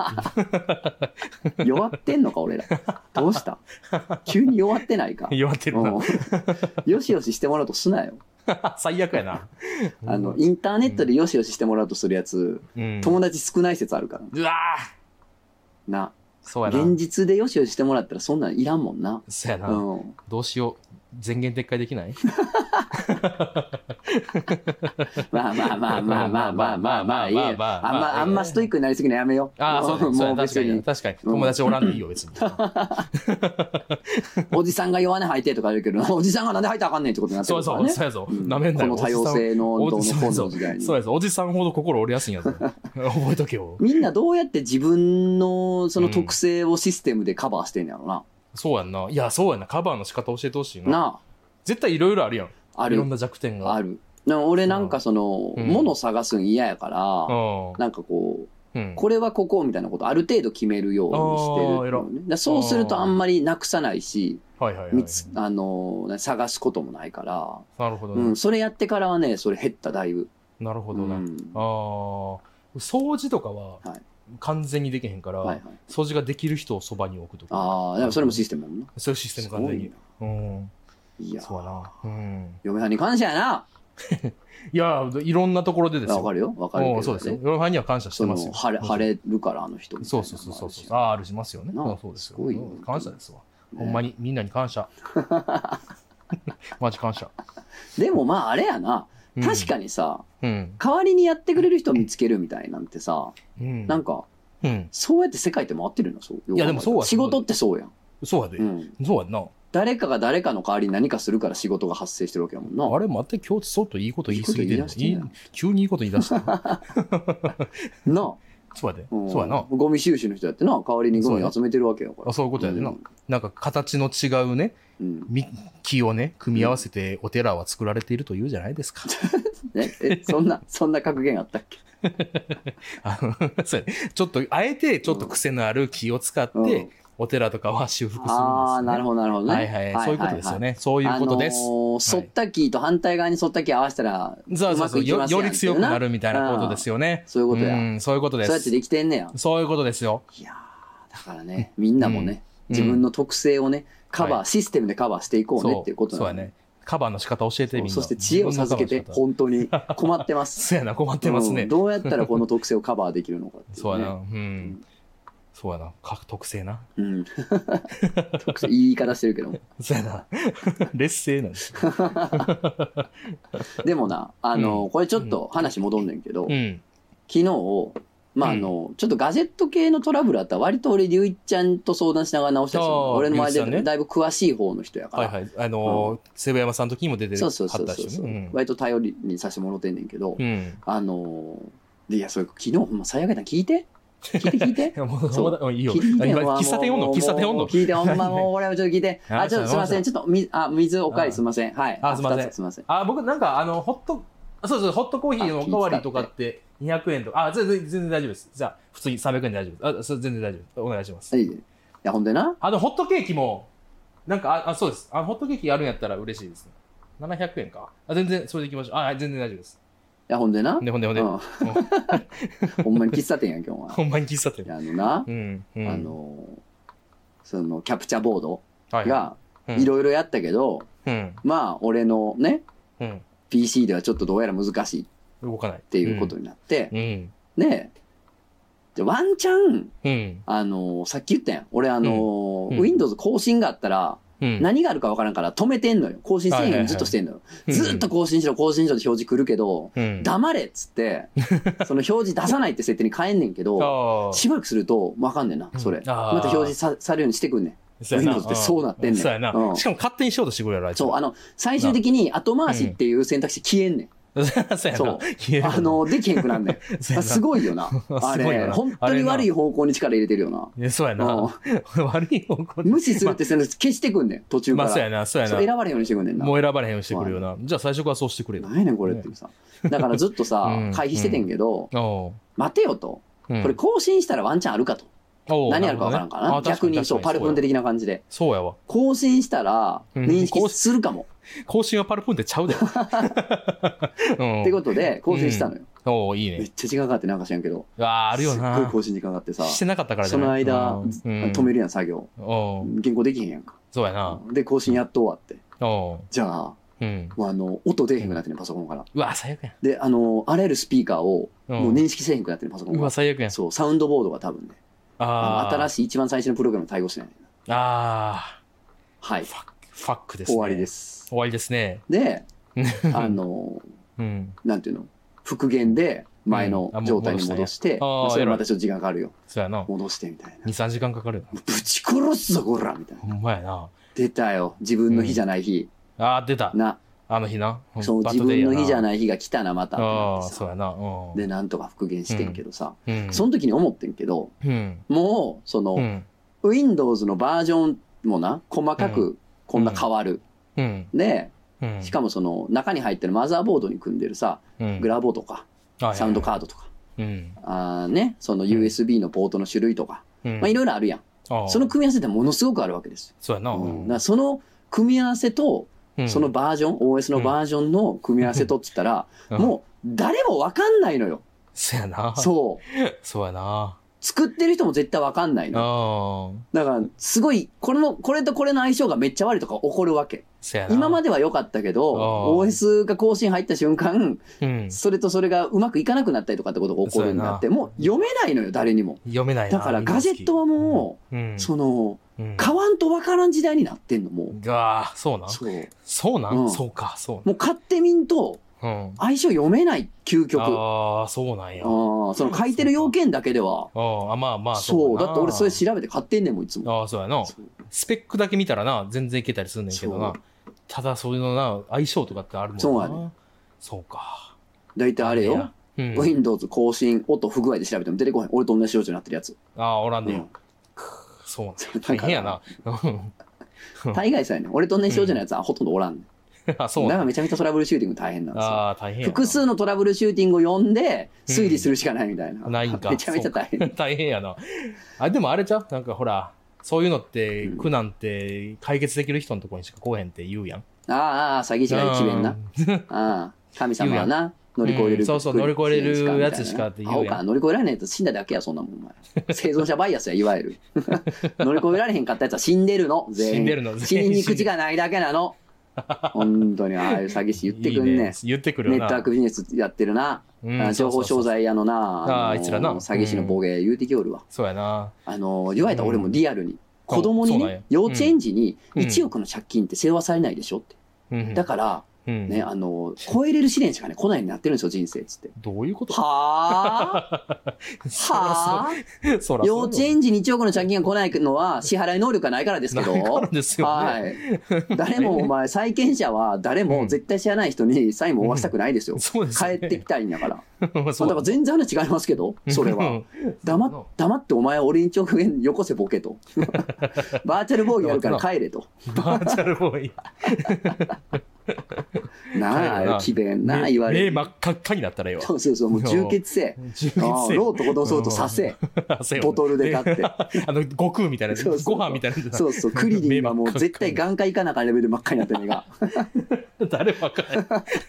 弱ってんのか俺ら。どうした？急に弱ってないか。 弱ってるな。 よしよししてもらうとすなよ。 最悪やな。 インターネットでよしよししてもらうとするやつ、友達少ない説あるから。 うわな。 そうやな。 現実でよしよししてもらったらそんなんいらんもんな。 そうやな。どうしよう。前言撤回できない？ まあいいよ。あんまストイックになりすぎるのやめよう。 そうや、確かに。友達おらんでいいよ、別に。 おじさんが弱音吐いてとか言うけど、おじさんがなんで吐いたらあかんねんってことになってるからね。 そうやぞ。なめんなよ。 この多様性のどうのこうの時代に。 そうやぞ。おじさんほど心折れやすいんやぞ。覚えとけよ。 みんなどうやって自分のその特性をシステムでカバーしてんやろな。 そうやんな。いや、そうやな。カバーの仕方教えてほしいな。絶対いろいろあるやん。いろんな弱点が。 ある。俺なんか物探すん嫌やから、なんかこう、これはここみたいなことある程度決めるようにしてる。そうするとあんまりなくさないし、探すこともないから。 なるほど。 それやってからはね、それ減っただいぶ。 なるほどな。掃除とかは、 完全にできへんから、 はいはい。 掃除ができる人をそばに置くとか。 ああ、でもそれもシステムやもんな。 そういうシステム完全に。うん。 いや、 そうやな。うん。 嫁はんに感謝やな。 いや、いろんなところでですよ。 わかるよ、わかるけど、ね。 そうですよ。嫁はんには感謝してますよ。 晴れるから、あの人みたいな。 そうそう。ああ、ありますよね。そうですよ。 すごい感謝ですわ。ほんまに、みんなに感謝。マジ感謝。 でもまあ、あれやな。確かにさ、 代わりにやってくれる人を見つけるみたいなんてさ、なんか、そうやって世界って回ってるの。そう。 いや、でもそうや。 仕事ってそうやん。 そうやで。そうやんな。 誰かが誰かの代わりに何かするから仕事が発生してるわけやもんな。 あれ、待って、今日ちょっといいこと言い過ぎてる。急にいいこと言い出した。なあ。そうやで。そうやな。 ゴミ収集の人やってな、代わりにゴミ集めてるわけやから。 そういうことやでな。なんか形の違うね、木をね、組み合わせてお寺は作られているというじゃないですか。 そんな格言あったっけ？ ちょっと、あえてちょっと癖のある木を使って、お寺とかは修復するんですよ、ね。ああ、 なるほど、なるほどね。 はいはい。そういうことですよね。そういうことです。 反った木と反対側に反った木合わせたら、 そう。より強くなるみたいなことですよね。 そういうことや。 そういうことです。 そうやってできてんねや。 そういうことですよ。 いやだからね、みんなもね、自分の特性をね、システムでカバーしていこうねっていうことそうやね。カバーの仕方教えてみんな。 そして知恵を授けて、本当に困ってます。 そうやな、困ってますね。 どうやったらこの特性をカバーできるのかっていう。 そうやな。そうやな。特性な。 特性、いい言い方してるけども。 そうやな。劣勢なんですよ。 でもな、これちょっと話戻んねんけど、昨日、まあちょっとガジェット系のトラブルあったら割と俺、りゅういちゃんと相談しながら直したし、俺の前でだいぶ詳しい方の人やから。 はいはい。セブ山さんの時にも出てはった人ね。 割と頼りにさせてもらってんねんけど、いや、それ昨日、最悪やったん聞いて。聞いて。 いいよ。喫茶店温度。 聞いて、ほんまもう俺はちょっと聞いて。ちょっとすいません。ちょっと、水おかわりすいません。はい。 すいません。 すいません。 僕なんか、ホットコーヒーのおかわりとかって200円とか、全然大丈夫です。じゃあ、普通に300円で大丈夫です。全然大丈夫です。お願いします。 いや、ほんでな。 ホットケーキも、なんか、そうです。ホットケーキやるんやったら嬉しいですね。700円か。全然、それでいきましょう。全然大丈夫です。 いや、ほんでな。 ほんで。ほんまに喫茶店やん、今日は。 ほんまに喫茶店。 その、キャプチャーボードが、いろいろやったけど、まあ、俺のね、PC ではちょっとどうやら難しい。 動かない。 っていうことになって、で、ワンチャン、さっき言ったやん。俺、Windows 更新があったら、何があるか分からんから止めてんのよ。更新せえへんようにずっとしてんのよ。ずっと更新しろって表示来るけど、黙れっつって、その表示出さないって設定に変えんねんけど、しばらくすると分かんねんな、それ。また表示されるようにしてくんねん。Windows ってそうなってんねん。 しかも勝手にしようとしてくれるやつ。 そう、最終的に後回しっていう選択肢消えんねん。そう。できへんくなんねん。すごいよな。あれ、本当に悪い方向に力入れてるよな。 そうやな。悪い方向に。無視するって消してくんねん、途中から。 そうやな。選ばれへんようにしてくんねんな。 もう選ばれへんようにしてくるよな。じゃあ最初からそうしてくれよ。 何やねん、これってさ。だからずっとさ、回避しててんけど、待てよと。これ更新したらワンチャンあるかと。何やるか分からんからな。逆に、そう、パルプンテ的な感じで。 そうやわ。 更新したら、認識するかも。 更新はパルプンテちゃうで。 ってことで、更新したのよ。 いいね。 めっちゃ時間かかってなんか知らんけど。 あるよな。 すっごい更新時間かかってさ。 してなかったからその間、止めるやん、作業。原稿できへんやんか。 そうやな。 で、更新やっと終わって。じゃあ、音出えへんくなってね、パソコンから。 うわ、最悪やん。 で、あらゆるスピーカーを、もう認識せえへんくなってね、パソコンから。 うわ、最悪やん。 そう、サウンドボードが多分ね。新しい一番最初のプログラム対応してない。はい。 ファックですね。 終わりです。 終わりですね。 で、なんていうの、復元で前の状態に戻して、それまたちょっと時間かかるよ。 そうやな。 戻してみたいな。 2、3時間かかるよ。 ぶち殺すぞ、こらみたいな。 ほんまやな。 出たよ。自分の日じゃない日。 出た。あの日な。 そう、自分の日じゃない日が来たな、また。 そうやな。 で、なんとか復元してんけどさ、その時に思ってんけど、もう、その、Windows のバージョンもな、細かくこんな変わる。で、しかもその、中に入ってるマザーボードに組んでるさ、グラボとか、サウンドカードとか、その USB のポートの種類とか、いろいろあるやん。その組み合わせってものすごくあるわけです。 そうやな。 その組み合わせと、そのバージョン、OS のバージョンの組み合わせとって言ったら、もう誰もわかんないのよ。 そうやな。 そう。 そうやな。 作ってる人も絶対わかんないの。だから、すごい、これとこれの相性がめっちゃ悪いとか起こるわけ。今までは良かったけど、OS が更新入った瞬間、それとそれがうまくいかなくなったりとかってことが起こるんだって、もう読めないのよ、誰にも。 読めないだからガジェットはもう、買わんとわからん時代になってんの、もう。 そうなんそうなん、そうか、そう。 もう買ってみんと、相性読めない究極。 そうなんや。 その書いてる要件だけでは。 まあそう。だって俺それ調べて買ってんねんもん、いつも。 そうやな。スペックだけ見たらな、全然いけたりすんねんけどな。ただそういうのな、相性とかってあるもんな。 そうやね。 そうか。 だいたいあれよ。Windows 更新、音不具合で調べても出てこへん。俺と同じ症状になってるやつ。 おらんねん。そう。大変やな。 大概そうやねん。俺と同じ症状のやつはほとんどおらんねん。 そうだからめちゃめちゃトラブルシューティング大変なんですよ。 大変や。 複数のトラブルシューティングを読んで推理するしかないみたいな。 ないんか。 めちゃめちゃ大変。 大変やな。でもあれちゃうなんかほら、そういうのって、苦難って解決できる人のところにしか来おへんって言うやん。 詐欺師が一弁な。神様はな、乗り越えれる。 そう、乗り越えれるやつしかって言うやん。 乗り越えられないと死んだだけや、そんなもん、お前。生存者バイアスや、いわゆる。乗り越えられへんかったやつは死んでるの。 死んでるの。 死に口がないだけなの。本当に、ああいう詐欺師言ってくんね。 言ってくるな。 ネットワークビジネスやってるな。情報商材屋のな。 あいつらな。 詐欺師の暴言言うてきおるわ。 そうやな。 言われたら俺もリアルに。子供にね、幼稚園児に1億の借金って背負わされないでしょって。だから、ね、超えれる試練しかね、来ないようになってるんですよ、人生っつって。 どういうこと幼稚園児に1億の借金が来ないのは支払い能力がないからですけど。はい。誰もお前、債権者は誰も絶対知らない人にサインも負わしたくないですよ。帰ってきたいんだから。だから全然話違いますけど、それは。黙ってお前俺に1億円よこせボケと。バーチャルボーイやるから帰れと。 バーチャルボーイ。 なあ、奇弁なあ、言われる。 目真っ赤っかになったらよ。 そう、もう充血せ。ローと戻そうとさせ。ボトルで買って。 悟空みたいな、ご飯みたいな。 そう、クリリンはもう絶対眼科行かなあかんレベルで真っ赤になって目が。 誰もわかんない。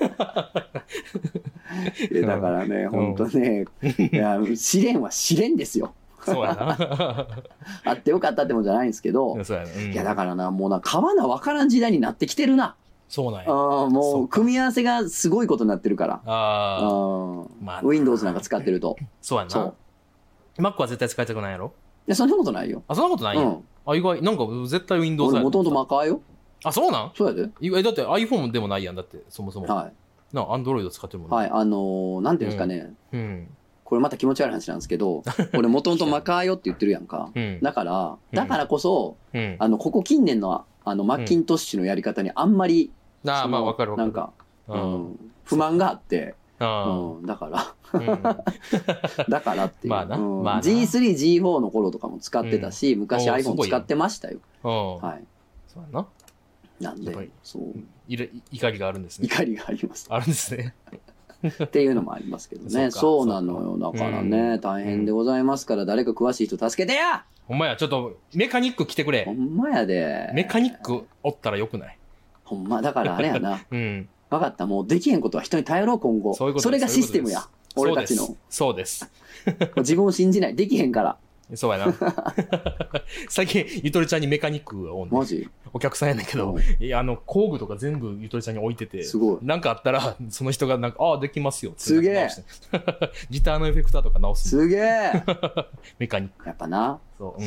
だからね、ほんとね、試練は試練ですよ。 そうやな。 あってよかったってもんじゃないんですけど、いやだからな、もうな、買わな分からん時代になってきてるな。 そうなんや。 もう、組み合わせがすごいことになってるから。Windows なんか使ってると。 そうやな。Mac は絶対使いたくないやろ？ いや、そんなことないよ。 そんなことないよ。意外、なんか絶対 Windows 俺もともと Mac よ。 そうなん？ そうやで。 だって iPhone でもないやん、だって、そもそも。 はい。 Android 使ってるもんね。 はい、なんていうんですかね。これまた気持ち悪い話なんですけど、俺もともとマカーよって言ってるやんか。だからこそ、ここ近年のマッキントッシュのやり方にあんまり、なんか、不満があって、だからっていう。G3、G4 の頃とかも使ってたし、昔 iPhone 使ってましたよ。はい。 そうやな。 なんで、そう。 怒りがあるんですね。 怒りがあります。 あるんですね。 っていうのもありますけどね。そうなのよ。だからね、大変でございますから、誰か詳しい人助けてや！ ほんまや、ちょっと、メカニック来てくれ。 ほんまやで。 メカニックおったらよくない？ ほんま、だからあれやな。分かった。もうできへんことは人に頼ろう、今後。それがシステムや。俺たちの。 そうです。 自分を信じない。できへんから。 そうやな。最近、ゆとりちゃんにメカニックがおんねん。 マジ？ お客さんやねんけど、工具とか全部ゆとりちゃんに置いてて、 すごい。 なんかあったら、その人がなんか、できますよ。 すげえ。 ギターのエフェクターとか直す。 すげえ。 メカニック。 やっぱな。そう、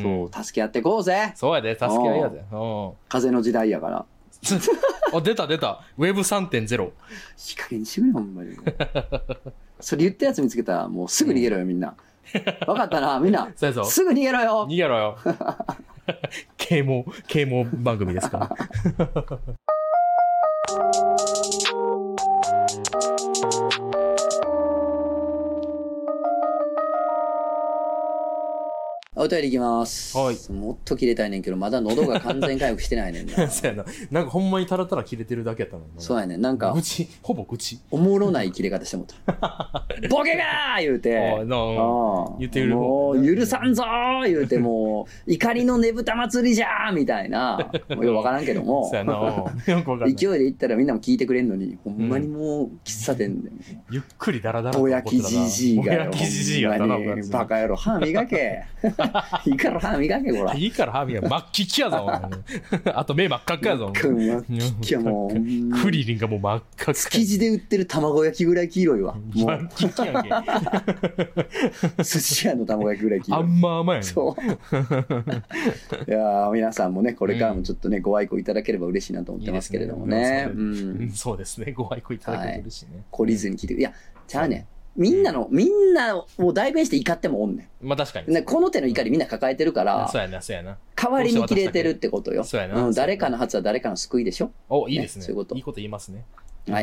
助け合ってこうぜ。 そうやで、助け合いやで。 風の時代やから。 出た。Web3.0。 いい加減にしてくれ、ほんまに。それ言ったやつ見つけたら、もうすぐ逃げろよ、みんな。わかったな、みんな。すぐ逃げろよ。 逃げろよ。啓蒙番組ですから。 お便りいきます。 はい。 もっと切れたいねんけど、まだ喉が完全回復してないねんな。 そうやな。なんかほんまにたらたら切れてるだけやったのに。 そうやねん。なんか、 ほぼ愚痴。 おもろない切れ方してもた。ボケがー言うて、 言ってるもう許さんぞー言うて、もう、怒りのねぶた祭りじゃーみたいな、もうよくわからんけども、 そうやな。よくわかんない。 勢いで言ったらみんなも聞いてくれんのに、ほんまにもう喫茶店で、 ゆっくりダラダラぼやきじじいがよ。 ぼやきじじいやったな。 バカ野郎、歯磨け。いいから歯磨け、ほら。 いいから歯磨け。真っ黄きやぞ、あと目真っ赤っかやぞ。 真っ黄きやもう。 クリリンがもう真っ赤っか。 築地で売ってる卵焼きぐらい黄色いわ。も真っ黄きやんけ。 寿司屋の卵焼きぐらい黄色い。 あんま甘いやん。 そう。いや皆さんもね、これからもちょっとね、ご愛顧いただければ嬉しいなと思ってますけれどもね。 そうですね。ご愛顧いただけると嬉しいね。 懲りずに聞いていや、じゃあね、みんなを代弁して怒ってもおんねん。まあ確かに。 この手の怒りみんな抱えてるから、 そうやな、そうやな。 代わりに切れてるってことよ。 そうやな。 誰かの初は誰かの救いでしょ。 お、いいですね。 そういうこと。 いいこと言いますね。 はい、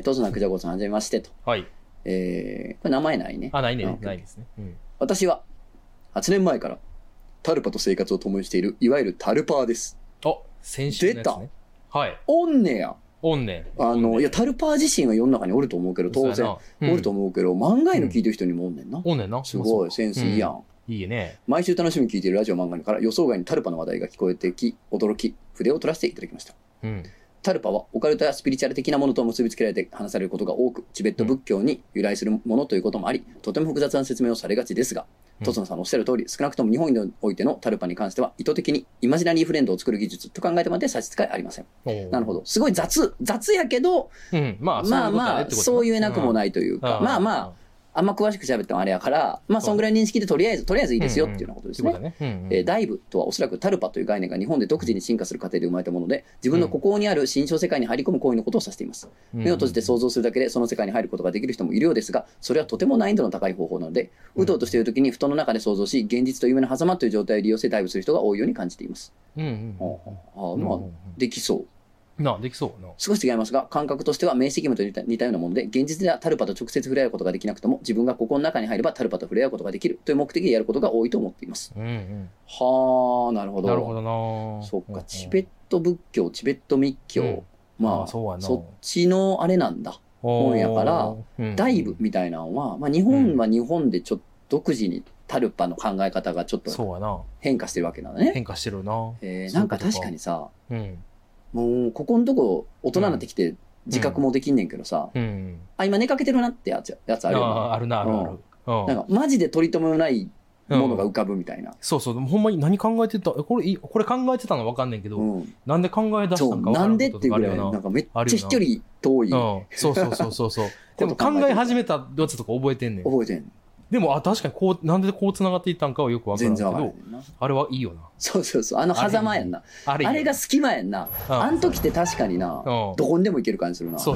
トズナクジャゴさんはじめましてと。 はい。 これ名前ないね。 あ、ないね。ないですね。 私は、8年前から、タルパと生活を共にしている、いわゆるタルパーです。 お、先週のやつね。はい。 おんねや。 おんねん。いや、タルパー自身は世の中におると思うけど、当然、おると思うけど、漫画への聞いてる人にもおんねんな。 おんねんな。 すごい、センスいいやん。 いいね。 毎週楽しみに聞いているラジオ漫画から予想外にタルパの話題が聞こえてき、驚き、筆を取らせていただきました。タルパはオカルトやスピリチュアル的なものと結びつけられて話されることが多く、チベット仏教に由来するものということもあり、とても複雑な説明をされがちですが、とつのさんのおっしゃる通り、少なくとも日本においてのタルパに関しては、意図的にイマジナリーフレンドを作る技術と考えてまで差し支えありません。なるほど。すごい雑やけど、まあ、そう言えなくもないというか、まあ、あんま詳しく喋ってもあれやから、まあ、そんぐらい認識でとりあえずいいですよっていうようなことですね。ダイブとはおそらくタルパという概念が日本で独自に進化する過程で生まれたもので、自分の孤高にある心象世界に入り込む行為のことを指しています。目を閉じて想像するだけでその世界に入ることができる人もいるようですが、それはとても難易度の高い方法なので、うとうとしている時に布団の中で想像し、現実と夢の狭間という状態を利用してダイブする人が多いように感じています。まあ、できそう。 できそうな。 少し違いますが、感覚としては明晰夢と似たようなもので、現実ではタルパと直接触れ合うことができなくても、自分がここの中に入ればタルパと触れ合うことができるという目的でやることが多いと思っています。はあ、なるほど。 なるほどな。 そっか、チベット仏教、チベット密教、まあ、そっちのあれなんだ。本やから、ダイブみたいなのは、まあ日本は日本でちょっと独自にタルパの考え方がちょっと変化してるわけなんだね。 変化してるな。 なんか確かにさ、もうここのとこ大人になってきて自覚もできんねんけどさ、今寝かけてるなってやつあるよな。 あるな、あるある。 なんかマジで取り留めのないものが浮かぶみたいな。 そうそう、ほんまに何考えてた、これ考えてたの分かんねんけど、なんで考え出したんか分かんない。 なんでっていうぐらい、なんかめっちゃ飛距離遠い。 そう。でも考え始めたやつとか覚えてんねん。 覚えてん。 でも、確かにこう、なんでこう繋がっていったんかはよくわからんけど、あれはいいよな。 そう、狭間やんな。あれが隙間やんな。あん時って確かにな、どこにでも行ける感じするな。 そう。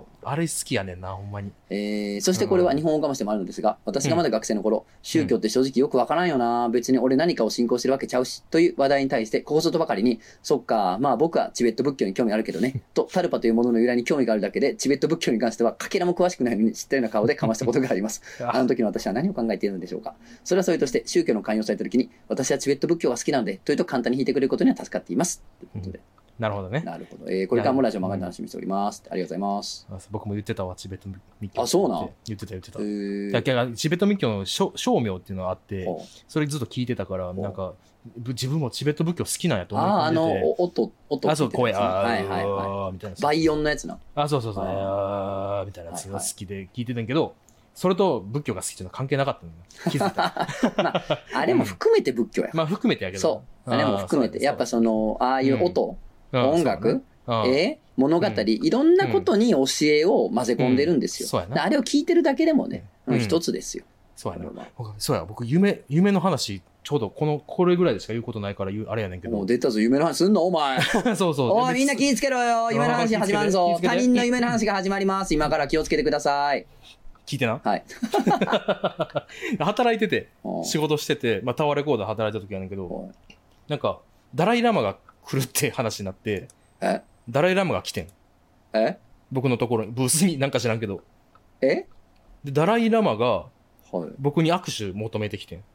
あれ好きやねんな、ほんまに。 そしてこれは日本語かもしてもあるのですが、私がまだ学生の頃、宗教って正直よくわからんよな、別に俺何かを信仰してるわけちゃうし、という話題に対して、ここぞとばかりに、そっか、まあ僕はチベット仏教に興味あるけどね、とタルパというものの由来に興味があるだけで、チベット仏教に関してはかけらも詳しくないのに知ったような顔でかましたことがあります。あの時の私は何を考えているのでしょうか。それはそれとして、宗教の勧誘された時に、私はチベット仏教が好きなので、というと簡単に弾いてくれることには助かっています。ということで。 なるほどね。 なるほど。これからもラジオ漫画で楽しみにしております。ありがとうございます。 僕も言ってたわ、チベット密教。 あ、そうなん言ってた。チベット密教の称名っていうのがあって、それずっと聞いてたから、なんか、自分もチベット仏教好きなんやと思ってて。音。 そう、 声、みたいな。 倍音のやつな。 そう、みたいなやつが好きで聞いてたんけど、それと仏教が好きっていうのは関係なかったの。気づいた。 あれも含めて仏教や。 まあ含めてやけど。 そう。あれも含めて。やっぱああいう音、音楽、物語、いろんなことに教えを混ぜ込んでるんですよ。あれを聞いてるだけでもね、一つですよ。 そうや。僕、夢の話、ちょうどこれぐらいでしか言うことないからあれやねんけど。 もう出たぞ、夢の話すんのお前。 そう。 おい、みんな気ぃつけろよ。夢の話始まるぞ。他人の夢の話が始まります。今から気をつけてください。 聞いてな。 はい。 働いてて、仕事してて、タワーレコーダー働いた時やねんけど、なんか、ダライラマが来るって話になって、ダライラマが来てん。僕のところに、ブースになんか知らんけど。で、ダライラマが、僕に握手求めてきてん。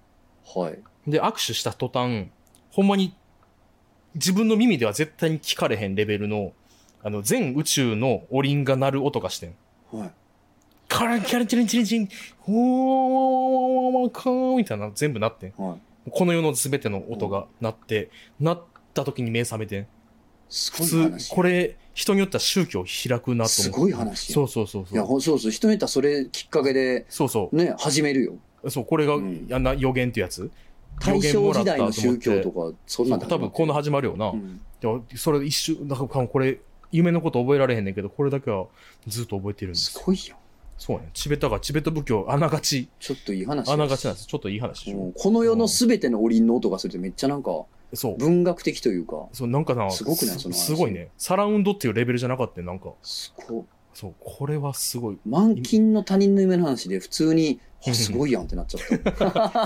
はい。 で、握手した途端、ほんまに自分の耳では絶対に聞かれへんレベルの、全宇宙のおりんが鳴る音がしてん。 はい。 カランキャラチリンチリンチリン、ほーカーみたいな全部鳴ってん。 はい。 この世の全ての音が鳴って、鳴った時に目覚めてん。普通、これ、人によっては宗教開くなと思って。すごい話。 そうそうそう。 いや、そうそう。人によってはそれきっかけで、 そうそう。 ね、始めるよ。 そう、これが、予言ってやつ。 大正時代の宗教とか、そんなんだ多分こんな始まるよな。それ一瞬、だからこれ、夢のこと覚えられへんねんけど、これだけはずっと覚えてるんです。 すごいよ。 そうね。チベット仏教、あながち。 ちょっといい話。 あながちなんです。ちょっといい話でしょ。 この世のすべてのおりんの音がするってめっちゃなんか、文学的というか。 そう、なんかな、 すごくないその話。 すごいね。サラウンドっていうレベルじゃなかったなんか。 すごい。 そう、これはすごい。 満金の他人の夢の話で普通に、すごいやんってなっちゃった。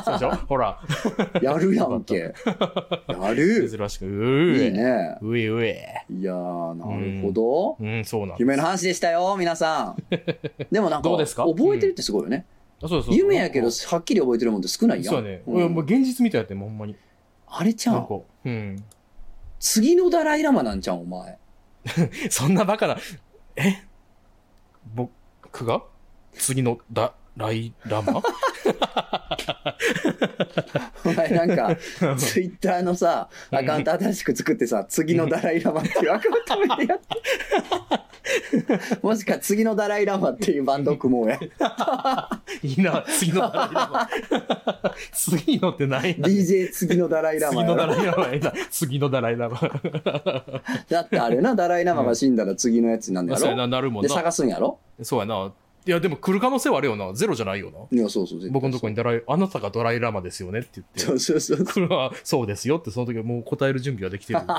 そうでしょほら。 やるやんけ。やる。 珍しく。 いいね。 うえうえ。 いやー、なるほど。 そうなん夢の話でしたよ、皆さん。でもなんか、覚えてるってすごいよね。 そうそう。 夢やけど、はっきり覚えてるもんって少ないやん。 そうね。もう現実みたいやって、ほんまに。 あれちゃん。次のダライラマなんちゃん、お前。 そんなバカな。僕が次のダライラマお前なんか、ツイッターのさ、アカウント新しく作ってさ、次のダライラマっていうアカウント名でやって。もしか次のダライラマっていうバンド組もうや。 いいな、次のダライラマ。次のってないな。 DJ 次のダライラマ。 次のダライラマやな。次のダライラマ。 だってあれな、ダライラマが死んだら次のやつになんだろ。 そうやな、なるもんな。 で、探すんやろ。 そうやな。いや、でも来る可能性はあるよな。ゼロじゃないよな。 いや、そうそう。 僕のとこにあなたがドライラマですよねって言って。 そうそうそう。 これは、そうですよって、その時はもう答える準備はできてる。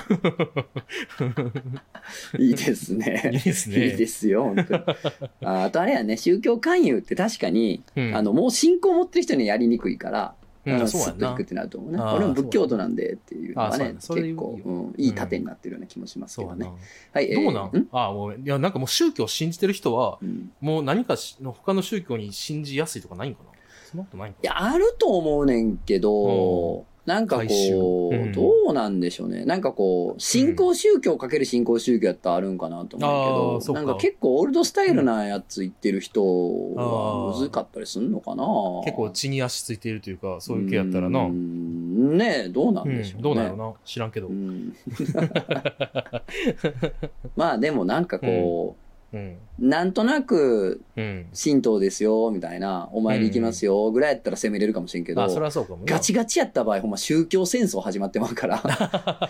いいですね。 いいですね。 いいですよ、本当に。あとあれやね、宗教勧誘って確かに、もう信仰を持ってる人にはやりにくいから、スッといくってなると思うね。俺も仏教徒なんでっていうのがね、結構いい盾になってるような気もしますけどね。はい。 どうなんいや、なんかもう宗教を信じてる人は、もう何かの他の宗教に信じやすいとかないんかな。そんなことないんかな。 いや、あると思うねんけど、なんかこう、どうなんでしょうね。なんかこう、信仰宗教かける信仰宗教やったらあるんかなと思うけど、なんか結構オールドスタイルなやつ言ってる人は難かったりすんのかな。 結構地に足ついているというか、そういう系やったらな。 ねえ、どうなんでしょうね。 どうなのな知らんけど。 まあでもなんかこう、なんとなく、神道ですよ、みたいな、お参り行きますよ、ぐらいやったら攻めれるかもしれんけど、ガチガチやった場合、ほんま宗教戦争始まってまうから、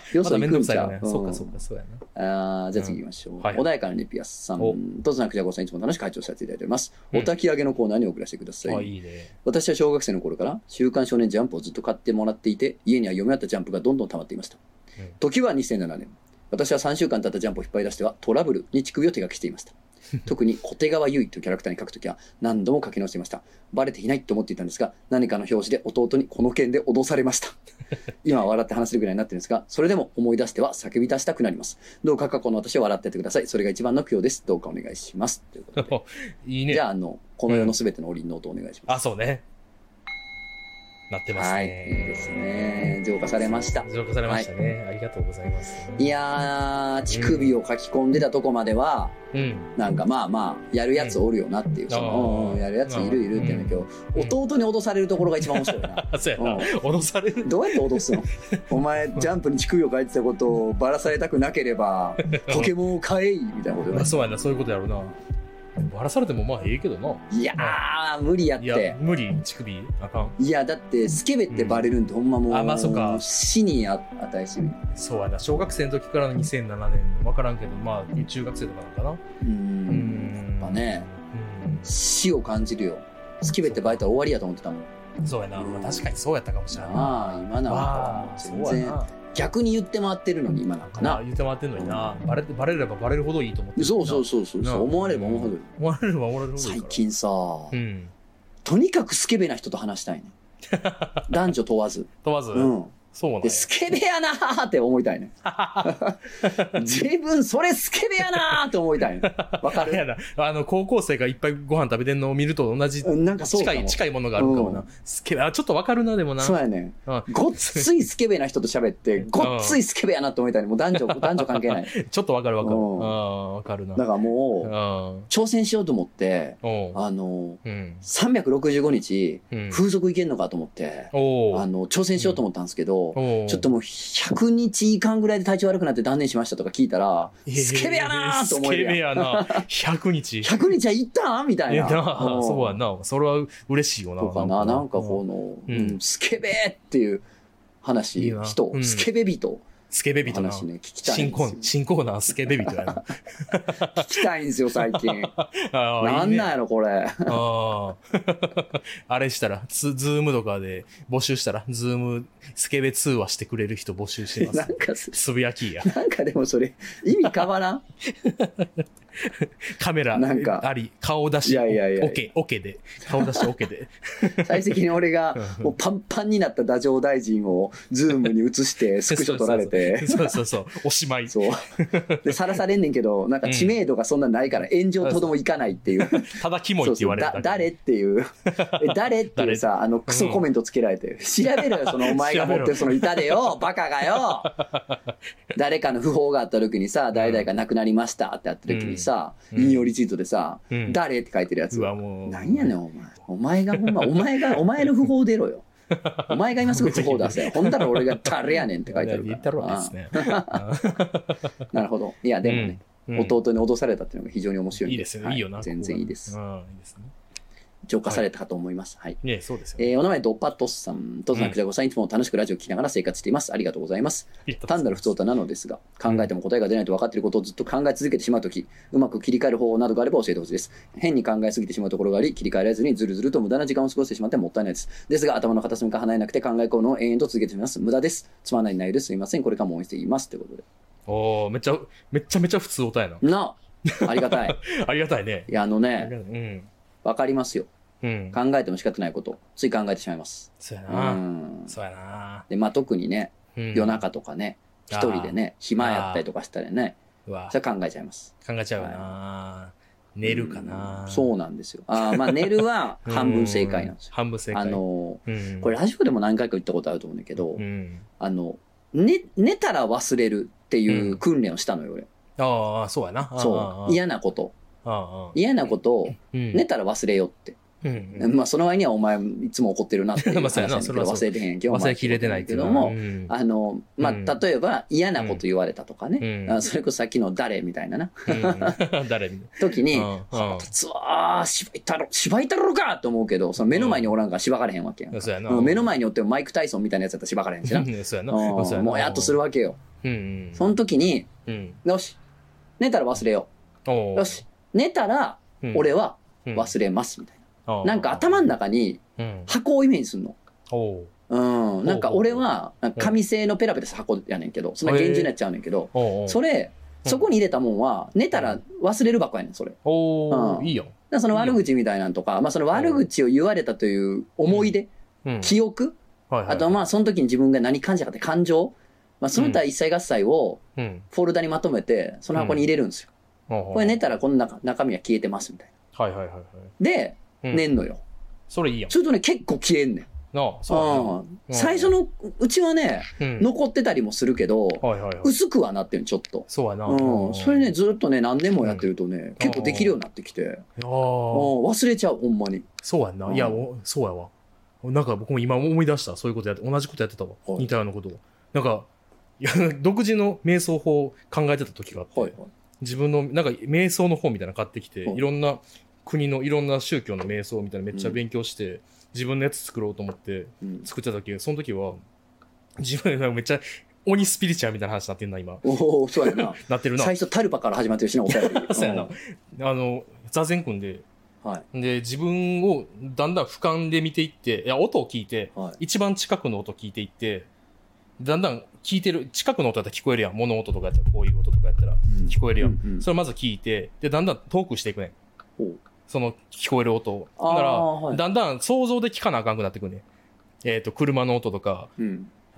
よそ行くんちゃう。 そうか、そうか、そうやな。 じゃあ次行きましょう。穏やかなネピアスさん、とつなくじゃごさんいつも楽しく拝聴させていただいております。お焚き上げのコーナーに送らせてください。私は小学生の頃から、週刊少年ジャンプをずっと買ってもらっていて、家には読み合ったジャンプがどんどん溜まっていました。時は2007年。私は3週間経ったジャンプを引っ張り出しては、トラブルに乳首を手書きしていました。特に小手川優衣というキャラクターに書くときは何度も書き直していました。バレていないと思っていたんですが、何かの表紙で弟にこの件で脅されました。今は笑って話せるぐらいになってるんですが、それでも思い出しては叫び出したくなります。どうか過去の私を笑ってやってください。それが一番の供養です。どうかお願いします。ということで。 いいね。 じゃあ、この世のすべてのおりんの音をお願いします。 そうね。なってますね。 はい。いいですね。浄化されました。 浄化されましたね。ありがとうございます。 いやー、乳首を書き込んでたとこまでは、なんかまあまあ、やるやつおるよなっていう、やるやついるいるって言うんだけど、弟に脅されるところが一番面白いな。 そうやな。脅される。 どうやって脅すの？お前、ジャンプに乳首を書いてたことをばらされたくなければ、ポケモンを買えいみたいなことね。 そうやな、そういうことやろうな。バラされてもまあええけどな。 いやー、無理やって。 いや、無理、乳首あかん。 いや、だって、スケベってバレるんってほんまもう、 まあそうか。 死に値しる。 そうやな、小学生の時からの2007年、わからんけど、まあ、中学生とかなのかな。 やっぱね、死を感じるよ。スケベってバレたら終わりやと思ってたもん。 そうやな、確かにそうやったかもしれない。 今なんか、全然。逆に言って回ってるのに今なんかな。 言って回ってるのにな。バレればバレるほどいいと思ってる。 そう。思われれば思うほどいい。 思われれば思われるほどいい。 最近さ、とにかくスケベな人と話したいね。男女問わず。 そうなんや。 で、スケベやなーって思いたいね。自分、それスケベやなーって思いたいね。わかる？ やな。高校生がいっぱいご飯食べてんのを見ると同じ、 なんかそうかも近いものがあるかもな。スケベ、ちょっとわかるな、でもな。 そうやね。ごっついスケベな人と喋って、ごっついスケベやなって思いたいね。もう男女関係ない。 ちょっとわかる。わかるな。 だからもう、挑戦しようと思って、365日、風俗いけんのかと思って、挑戦しようと思ったんですけど、ちょっともう100日いかんぐらいで体調悪くなって断念しましたとか聞いたら、スケベやなーと思う。 スケベやな。100日。 100日は行ったんみたいな。 そうやな。それは嬉しいよな。 とかな、なんかこの、スケベっていう話、スケベ人。 スケベ人な。 話ね、聞きたいんですよ。 新コーナースケベ人やな。 聞きたいんですよ、最近。なんなんやろ、これ。 あれしたら、ズームとかで募集したら、ズーム、スケベ通話してくれる人募集してます。 なんかつぶやきや。 なんかでもそれ、意味変わらんカメラあり、顔出し、オケで。顔出しオケで。 最終的に俺が、もうパンパンになった太政大臣をズームに移して、スクショ撮られて。 そう。おしまい。 そう。で、さらされんねんけど、なんか知名度がそんなないから炎上とどもいかないっていう。 ただキモいって言われる。 誰っていう。誰っていうさ、クソコメントつけられて。調べろよ、そのお前が持ってるその板でよ、バカがよ。誰かの訃報があった時にさ、誰々が亡くなりましたってあった時にさ、引用リツイートでさ、誰って書いてるやつ。何やねん、お前がほんま、お前の訃報出ろよ。お前が今すぐ訃報出せよ。ほんだら俺が誰やねんって書いてあるから。 言ったろですね。 なるほど。いや、でもね、弟に脅されたっていうのが非常に面白い。 いいですよね。いいよな。 全然いいです。 いいですね。 浄化されたかと思います。はい。 ね、そうですよ。 お名前ドパトスさん、トズナクジャゴさん、いつも楽しくラジオを聞きながら生活しています。ありがとうございます。単なる普通歌なのですが、考えても答えが出ないと分かっていることをずっと考え続けてしまうとき、うまく切り替える方法などがあれば教えてほしいです。変に考えすぎてしまうところがあり、切り替えられずにずるずると無駄な時間を過ごしてしまってもったいないです。ですが、頭の片隅から離れなくて考え込むのを延々と続けてしまいます。無駄です。つまらない内容です。すみません。これからも応援しています。ということで。 めちゃめちゃ普通歌やな。 ありがたい。 ありがたいね。 いや、わかりますよ。考えても仕方ないこと、つい考えてしまいます。 そうやな。 で、特にね、夜中とかね、一人でね、暇やったりとかしたらね、それ考えちゃいます。 考えちゃうな。寝るかな。 そうなんですよ。寝るは半分正解なんですよ。 半分正解。 これラジオでも何回か言ったことあると思うんだけど、寝たら忘れるっていう訓練をしたのよ、俺。 そうやな。 そう。嫌なことを寝たら忘れよって。その割にはお前いつも怒ってるなっていう話なんだけど、忘れてへんけど、 忘れきれてないけども、例えば嫌なこと言われたとかね、それこそさっきの誰みたいなな、時に、つわー、芝居たろかと思うけど、その目の前におらんからしばかれへんわけやん。目の前におってもマイク・タイソンみたいなやつやったらしばかれへんしな。もうやっとするわけよ。その時に、よし、寝たら忘れよう。よし、寝たら俺は忘れますみたいな。なんか頭の中に箱をイメージするの。なんか俺は紙製のペラペラした箱やねんけど、そんな厳重になっちゃうねんけど、そこに入れたもんは寝たら忘れる箱やねん、それ。 いいよ。 その悪口みたいなんとか、その悪口を言われたという思い出、記憶、あとその時に自分が何感じたかって感情、その他一切合切をフォルダにまとめてその箱に入れるんですよ。これ寝たらこの中身は消えてますみたいな。で、寝んのよ。 それいいやん。 するとね、結構消えんねん。最初のうちはね、残ってたりもするけど、薄くはなってるちょっと。 そうやな。 それね、ずっとね、何年もやってるとね、結構できるようになってきて、忘れちゃう、ほんまに。 そうやんな。いや、そうやわ。なんか僕も今思い出した。そういうこと同じことやってたわ。似たようなことを。なんか、独自の瞑想法を考えてた時があって、自分の、なんか瞑想の本みたいなの買ってきて、いろんな国のいろんな宗教の瞑想みたいなめっちゃ勉強して、自分のやつ作ろうと思って作ってた時、その時は自分でめっちゃ鬼スピリチュアルみたいな話になってんな今。 そうやな。 なってるな。 最初タルパから始まってるしな、お便り。 そうやな。座禅組んで、で自分をだんだん俯瞰で見ていって、音を聞いて、一番近くの音聞いていって、だんだん聞いてる近くの音だったら聞こえるやん。物音とかやったらこういう音とかやったら聞こえるやん。それをまず聞いて、でだんだん遠くしていくねん。その聞こえる音を。だから、だんだん想像で聞かなあかんくなってくるね。車の音とか、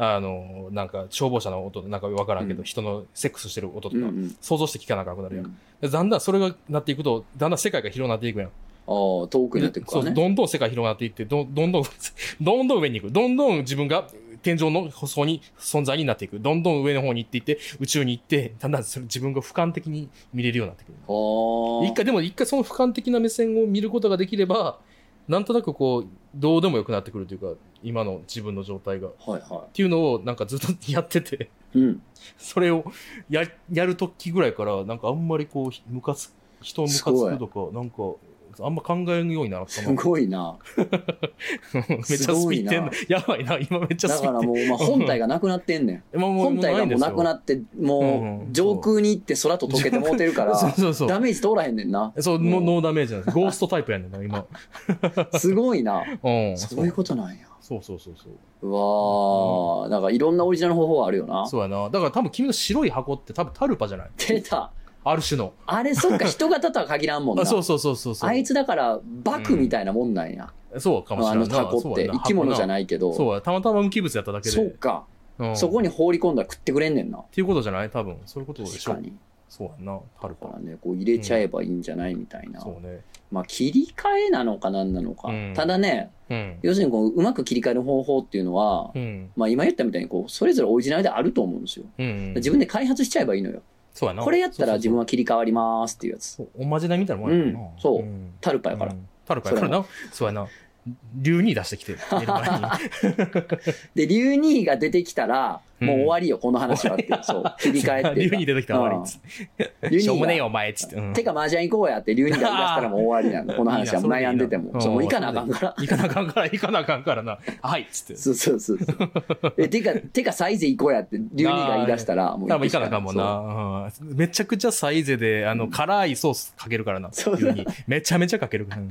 なんか消防車の音なんかわからんけど、人のセックスしてる音とか、想像して聞かなきゃなくなるやん。だんだんそれがなっていくと、だんだん世界が広がっていくやん。 遠くになっていくからね。 そう、どんどん世界広がっていって、どんどん上に行く。どんどん自分が天井の方に存在になっていく。どんどん上の方に行っていって、宇宙に行って、だんだん自分が俯瞰的に見れるようになってくる。一回その俯瞰的な目線を見ることができれば、なんとなくこう、どうでもよくなってくるというか、今の自分の状態が。っていうのをなんかずっとやってて、それをやるときぐらいから、なんかあんまりこう、人をムカつくとか、なんか、あんま考えるようになったな。 すごいな。 めっちゃスピってんの。やばいな、今めっちゃスピってんだからもう、本体がなくなってんねん。本体がもうなくなって、もう、上空に行って空と溶けてもうてるから、ダメージ通らへんねんな。 そう、ノーダメージなんです。ゴーストタイプやねんな、今。 すごいな。そういうことなんや。 そう。 うわー、なんかいろんなオリジナル方法あるよな。 そうやな。だから多分君の白い箱って多分タルパじゃない？ 出た。 ある種の。 あれ、そっか、人型とは限らんもんな。 そう。 あいつだから、バクみたいなもんなんや。 そうかもしれない。 タコって、生き物じゃないけど。 そうや、たまたま無機物やっただけで。 そうか。そこに放り込んだら食ってくれんねんな。 っていうことじゃない？多分。そういうことでしょ。 確かに。 そうやんな、タルパ。 だからね、こう入れちゃえばいいんじゃないみたいな。 そうね。 まあ、切り替えなのか何なのか。ただね、要するにこう、うまく切り替える方法っていうのは、まあ今言ったみたいにこう、それぞれオリジナルであると思うんですよ。自分で開発しちゃえばいいのよ。 そうやな。 これやったら自分は切り替わりますっていうやつ。 そう、おまじないみたいなもんやな。 そう。タルパやから。 タルパやからな。そうやな。竜2出してきて、寝る前に。 で、竜2が出てきたら、もう終わりよ、この話はって。そう。切り替えって。 竜2出てきたら終わりっつって。しょうもねえよ、お前っつって。 てか、麻雀行こうやって、竜2が言い出したらもう終わりなの。この話は悩んでても。そう、もう行かなあかんから。 行かなあかんからな。はいっつって。 そう。てか、サイゼ行こうやって、竜2が言い出したら、もう行かなあかんもんな。めちゃくちゃサイゼで、辛いソースかけるからな。そう。めちゃめちゃかけるから。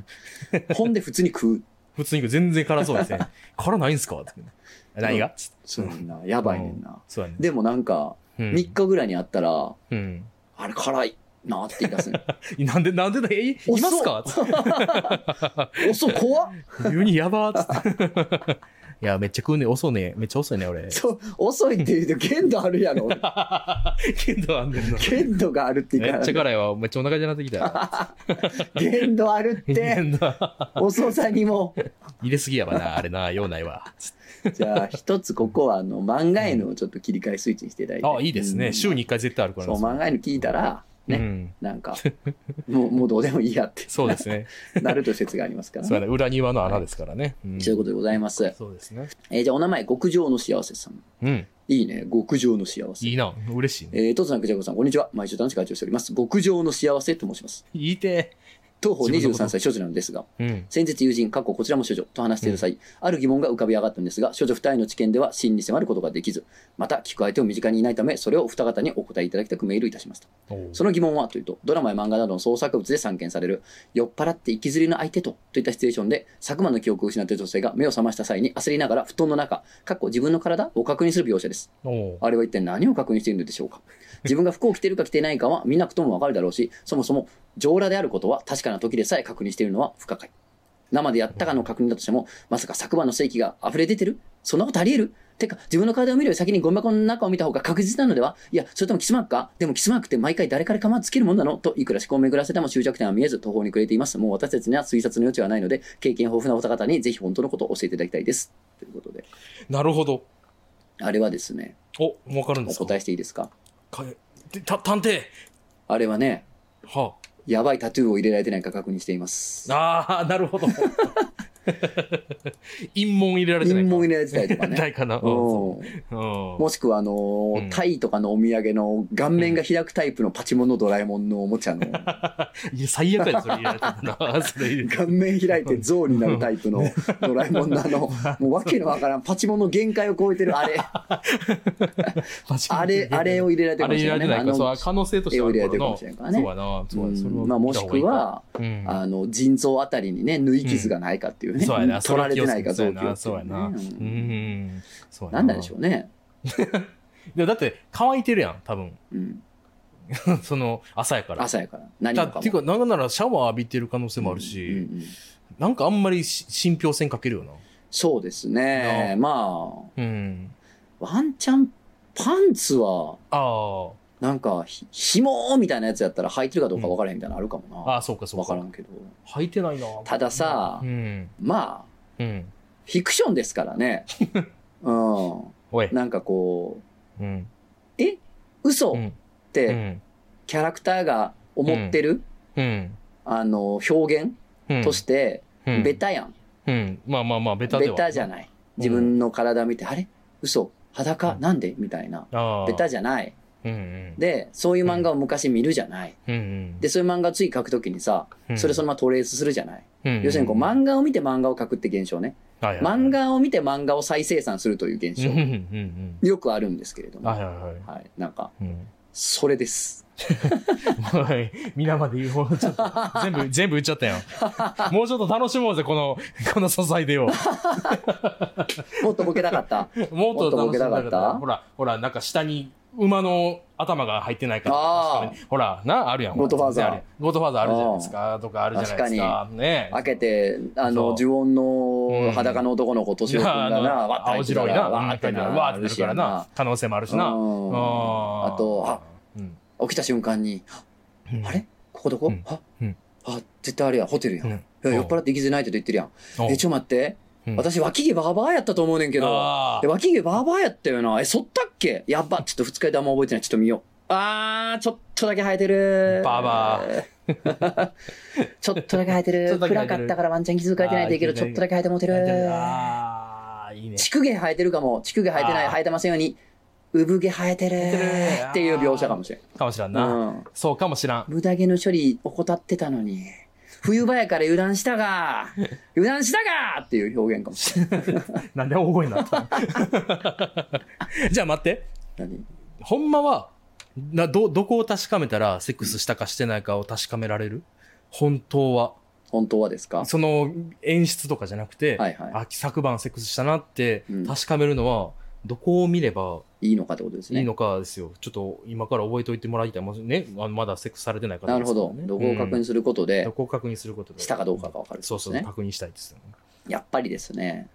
ほんで、普通に食う。 普通に全然辛そうですね。辛ないんすかって。何がそうやな。やばいねんな。でもなんか、3日ぐらいにあったら、あれ辛いなって言い出すね。 なんでいますか遅怖っ急にやばーっつって。いや、めっちゃ食うね。遅いね。めっちゃ遅いね、俺。 そう、遅いって言うと限度あるやろ。 限度あんねんな。 限度があるって言うから。 めっちゃ辛いわ。めっちゃお腹じゃなってきた。 限度あるって。遅さにも。 入れすぎやわな、あれな、用ないわ。 じゃあ、一つここは、漫画へのちょっと切り替えスイッチにしていただいて。 あ、いいですね。週に1回絶対あるから。 そう、漫画への聞いたら、ね、なんか、もうどうでもいいやって。 そうですね。 なるという説がありますからね。 そうだね。裏庭の穴ですからね。 そういうことでございます。 そうですね。 じゃあ、お名前、極上の幸せさん。いいね。極上の幸せ。 いいな。嬉しいね。 とつなくじゃこさん、こんにちは。毎週楽しく会長しております。極上の幸せと申します。 いいて。 当方23歳少女なのですが、先日友人、こちらも処女と話している際、ある疑問が浮かび上がったんですが、処女二人の知見では真に迫ることができず、また聞く相手を身近にいないため、それを二方にお答えいただきたくメールいたしました。その疑問はというと、ドラマや漫画などの創作物で散見される、酔っ払って行きずりの相手といったシチュエーションで、昨晩の記憶を失った女性が目を覚ました際に焦りながら布団の中、自分の体を確認する描写です。あれは一体何を確認しているのでしょうか。自分が服を着ているか着ていないかは見なくともわかるだろうし、そもそも上裸であることは確かな時でさえ確認しているのは不可解。生でやったかの確認だとしても、まさか昨晩の精液が溢れ出てる？そんなことあり得る？てか、自分の体を見るより先にゴミ箱の中を見た方が確実なのでは？いや、それともキスマークか？でもキスマークって毎回誰からかまつけるもんなの？と、いくら思考を巡らせても終着点は見えず途方に暮れています。もう私たちには推察の余地はないので、経験豊富なお方にぜひ本当のことを教えていただきたいです。ということで。 なるほど。 あれはですね。 わかるんですか？ お答えしていいですか？ 探偵。 あれはね。 はあ。 やばいタトゥーを入れられてないか確認しています。 ああ、なるほど。陰紋入れられてないか。 陰紋入れられてたりとかね。 ないかな。 もしくはタイとかのお土産の顔面が開くタイプのパチモンのドラえもんのおもちゃの。 いや、最悪やで、それ入れられてるな。 顔面開いて象になるタイプのドラえもんのもうわけのわからん、パチモンの限界を超えてるあれ。あれを入れられてるかもしれない。 あれ入れられてないか、そう、可能性としては入れられてるかもしれないからね。 そうやな。 まあもしくは、腎臓あたりにね、縫い傷がないかっていうね。 そうやな。 取られてないか臓器を。 そうやな。 なんなんでしょうね。 だって乾いてるやん、多分。朝やから。 朝やから。何もかも。 っていうか、なんならシャワー浴びてる可能性もあるし、なんかあんまり信憑性かけるよな。 そうですね。まあ、 ワンチャンパンツは、 あなんか、紐みたいなやつやったら履いてるかどうか分からへんみたいなのあるかもな。 ああ、そうかそうか。 分からんけど。 履いてないな。 たださ、まあ、フィクションですからね。 おい。 なんかこう、嘘って、キャラクターが思ってる、表現として、ベタやん。 まあまあまあ、ベタでは。 ベタじゃない。自分の体見て、あれ嘘裸なんでみたいな。ベタじゃない。で、そういう漫画を昔見るじゃない。で、そういう漫画を次書くときにさ、それそのままトレースするじゃない。要するにこう漫画を見て漫画を書くって現象ね。漫画を見て漫画を再生産するという現象。よくあるんですけれども。はい。なんか、それです。 皆まで言う方ちょっと全部言っちゃったやん。もうちょっと楽しもうぜ、この素材でよ。 もっとボケたかった。 もっとボケたかった。ほら、なんか下に馬の頭が入ってないから。ほら、あるやん。 ゴッドファーザー。 ゴッドファーザーあるじゃないですか。とかあるじゃないですか。 確かに。ね。開けて、呪音の裸の男の子、年を組んだな、わ青白いな。わーってなるからな。可能性もあるしな。あと、起きた瞬間に、あれここどこ絶対あれや、ホテルやん。酔っ払って行きずないって言ってるやん。ちょっと待って。私、脇毛バーバーやったと思うねんけど。脇毛バーバーやったよな。剃ったっけやっば。ちょっと二日酔いであんま覚えてない。ちょっと見よう。ちょっとだけ生えてる。 バーバー。 ちょっとだけ生えてる。暗かったからワンチャン気づかれてないといいけど、ちょっとだけ生えてもうてる。 いいね。 乳毛生えてるかも。乳毛生えてない。生えてませんように。産毛生えてるっていう描写かもしれん。 かもしらんな。そうかもしらん。 無駄毛の処理怠ってたのに。冬場やから油断したがっていう表現かもしれん。 なんで大声になったじゃあ待って。 何？ ほんまは、どこを確かめたらセックスしたかしてないかを確かめられる？本当は。 本当はですか？ その演出とかじゃなくて、昨晩セックスしたなって確かめるのは、どこを見ればいいのかってことですね。 いいのかですよ。ちょっと今から覚えておいてもらいたい。もね、まだセックスされてない方ですからね。なるほど。どこを確認することで、 どこを確認することでしたかどうかが分かる、ね。 そうそう、確認したいですよね。 やっぱりですね、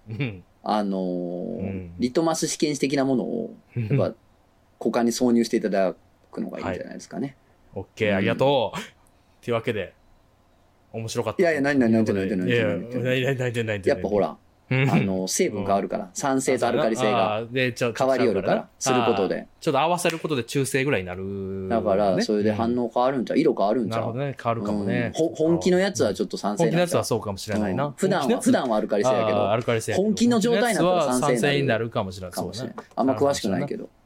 リトマス試験紙的なものを、やっぱ、股間に挿入していただくのがいいんじゃないですかね。 オッケー、ありがとう。っていうわけで、面白かった。 いや、何やっぱほら、成分があるから、酸性とアルカリ性が変わりよるから、することで。 ちょっと合わせることで中性ぐらいになる。 だから、それで反応変わるんちゃう？色変わるんちゃう？ なるほどね、変わるかもね。 本気のやつはちょっと酸性本気のやつはそうかもしれないな。 普段はアルカリ性やけど、本気の状態になったら酸性になるかもしれない。 あんま詳しくないけど。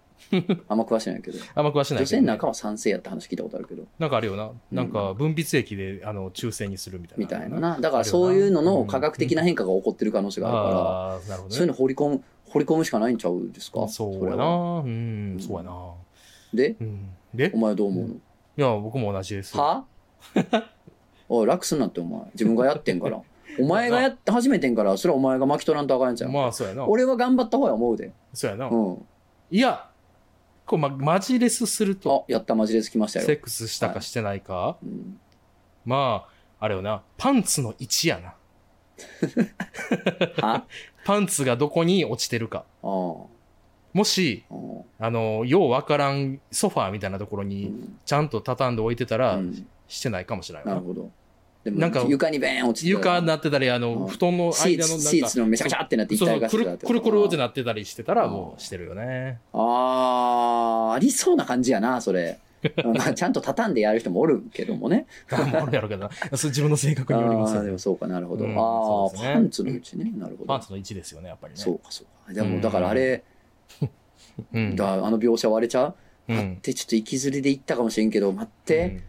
女性の中は酸性やって話聞いたことあるけど。 なんかあるよな。なんか分泌液で中性にするみたいな。 みたいな。だからそういうのの科学的な変化が起こってる可能性があるから、そういうの掘り込むしかないんちゃうですか？ そうやな。そうやな。 で、お前どう思うの？ いや、僕も同じです。 は？おい、楽すんなってお前。自分がやってんから。お前がやって始めてんから、それはお前が巻き取らんとあかんやつやん。 まあそうやな。 俺は頑張った方や思うで。 そうやな。いや、こうマジレスすると。 やったマジレス来ましたよ。 セックスしたかしてないか、まあ、あれよな。パンツの位置やな。パンツがどこに落ちてるか。もし、ようわからんソファーみたいなところにちゃんと畳んで置いてたら、してないかもしれないなるほど。でもなんか床にベーン落ちて床になってたり、布団の間のシーツのめちゃくちゃってなって一体がしてたって。 くるくるってなってたりしてたら、もうしてるよね。 ありそうな感じやな、それ。ちゃんと畳んでやる人もおるけどもね。 おるやろうけどな。自分の性格によりますよね。 でもそうか、なるほど。パンツの位置ね。なるほど。 パンツの位置ですよね、やっぱりね。 そうか、そうか。でも、だからあれ、描写割れちゃう？待って、ちょっと行きずりで行ったかもしれんけど、待って。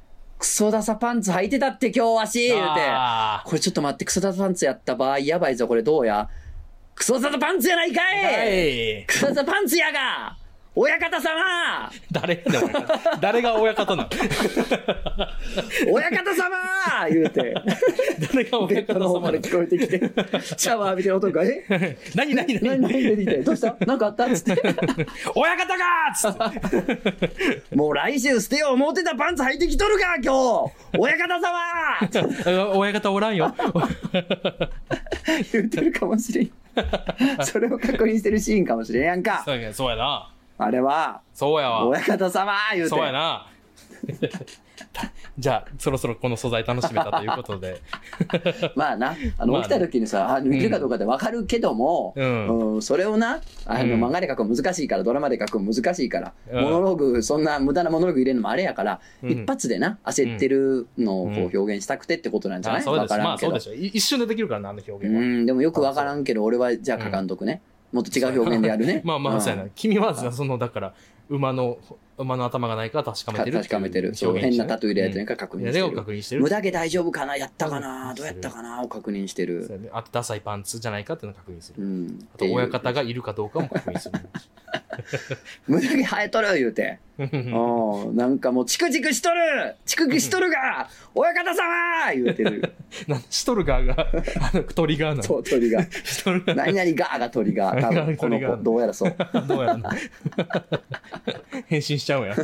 クソダサパンツ履いてたって今日わし言うて。これちょっと待って、クソダサパンツやった場合やばいぞ、これどうや？クソダサパンツやないかい！クソダサパンツやが！親方様！ 誰が親方なの？ 親方様！言うて。 誰が親方様で聞こえてきて、シャワー浴びてる音が、 何出てきて、どうしたなんかあったつって。 親方がつって。もう来週捨てよう思ってたパンツ履いてきとるか今日親方様！ 親方おらんよ。 言うてるかもしれん。 それを確認してるシーンかもしれんやんか。 そうやな。 あれは、 そうやわ。 親方様言うて。 そうやな。じゃあ、そろそろこの素材楽しめたということで。 まあな、 まあね起きた時にさ、見てるかどうかで分かるけども、それをな、漫画で書くの難しいから、ドラマで書くの難しいから、モノローグ、そんな無駄なモノローグ入れるのもあれやから、一発でな、焦ってるのをこう表現したくてってことなんじゃない？ そうです。まあ分からんけど。 そうでしょ。一瞬でできるからな、あの表現は。 でもよく分からんけど、俺はじゃあ書かんとくね。もっと違う表現でやるね。 まあ、そうやな。君は、だから、馬の頭がないか確かめてる。 確かめてる。そう、変なタトゥー入れられてないか確認してる。 確認してる。 無駄毛大丈夫かな、やったかな、どうやったかなを確認してる。 あと、ダサいパンツじゃないかっていうのを確認する。あと、親方がいるかどうかも確認する。 無駄毛生えとる言うて。なんかもう、チクチクしとるが親方様言うてる。 しとるがトリガーなの。 そう、トリガー。何々ががトリガー。多分、この子、どうやらそう。 どうやらな。変身しちゃうんや。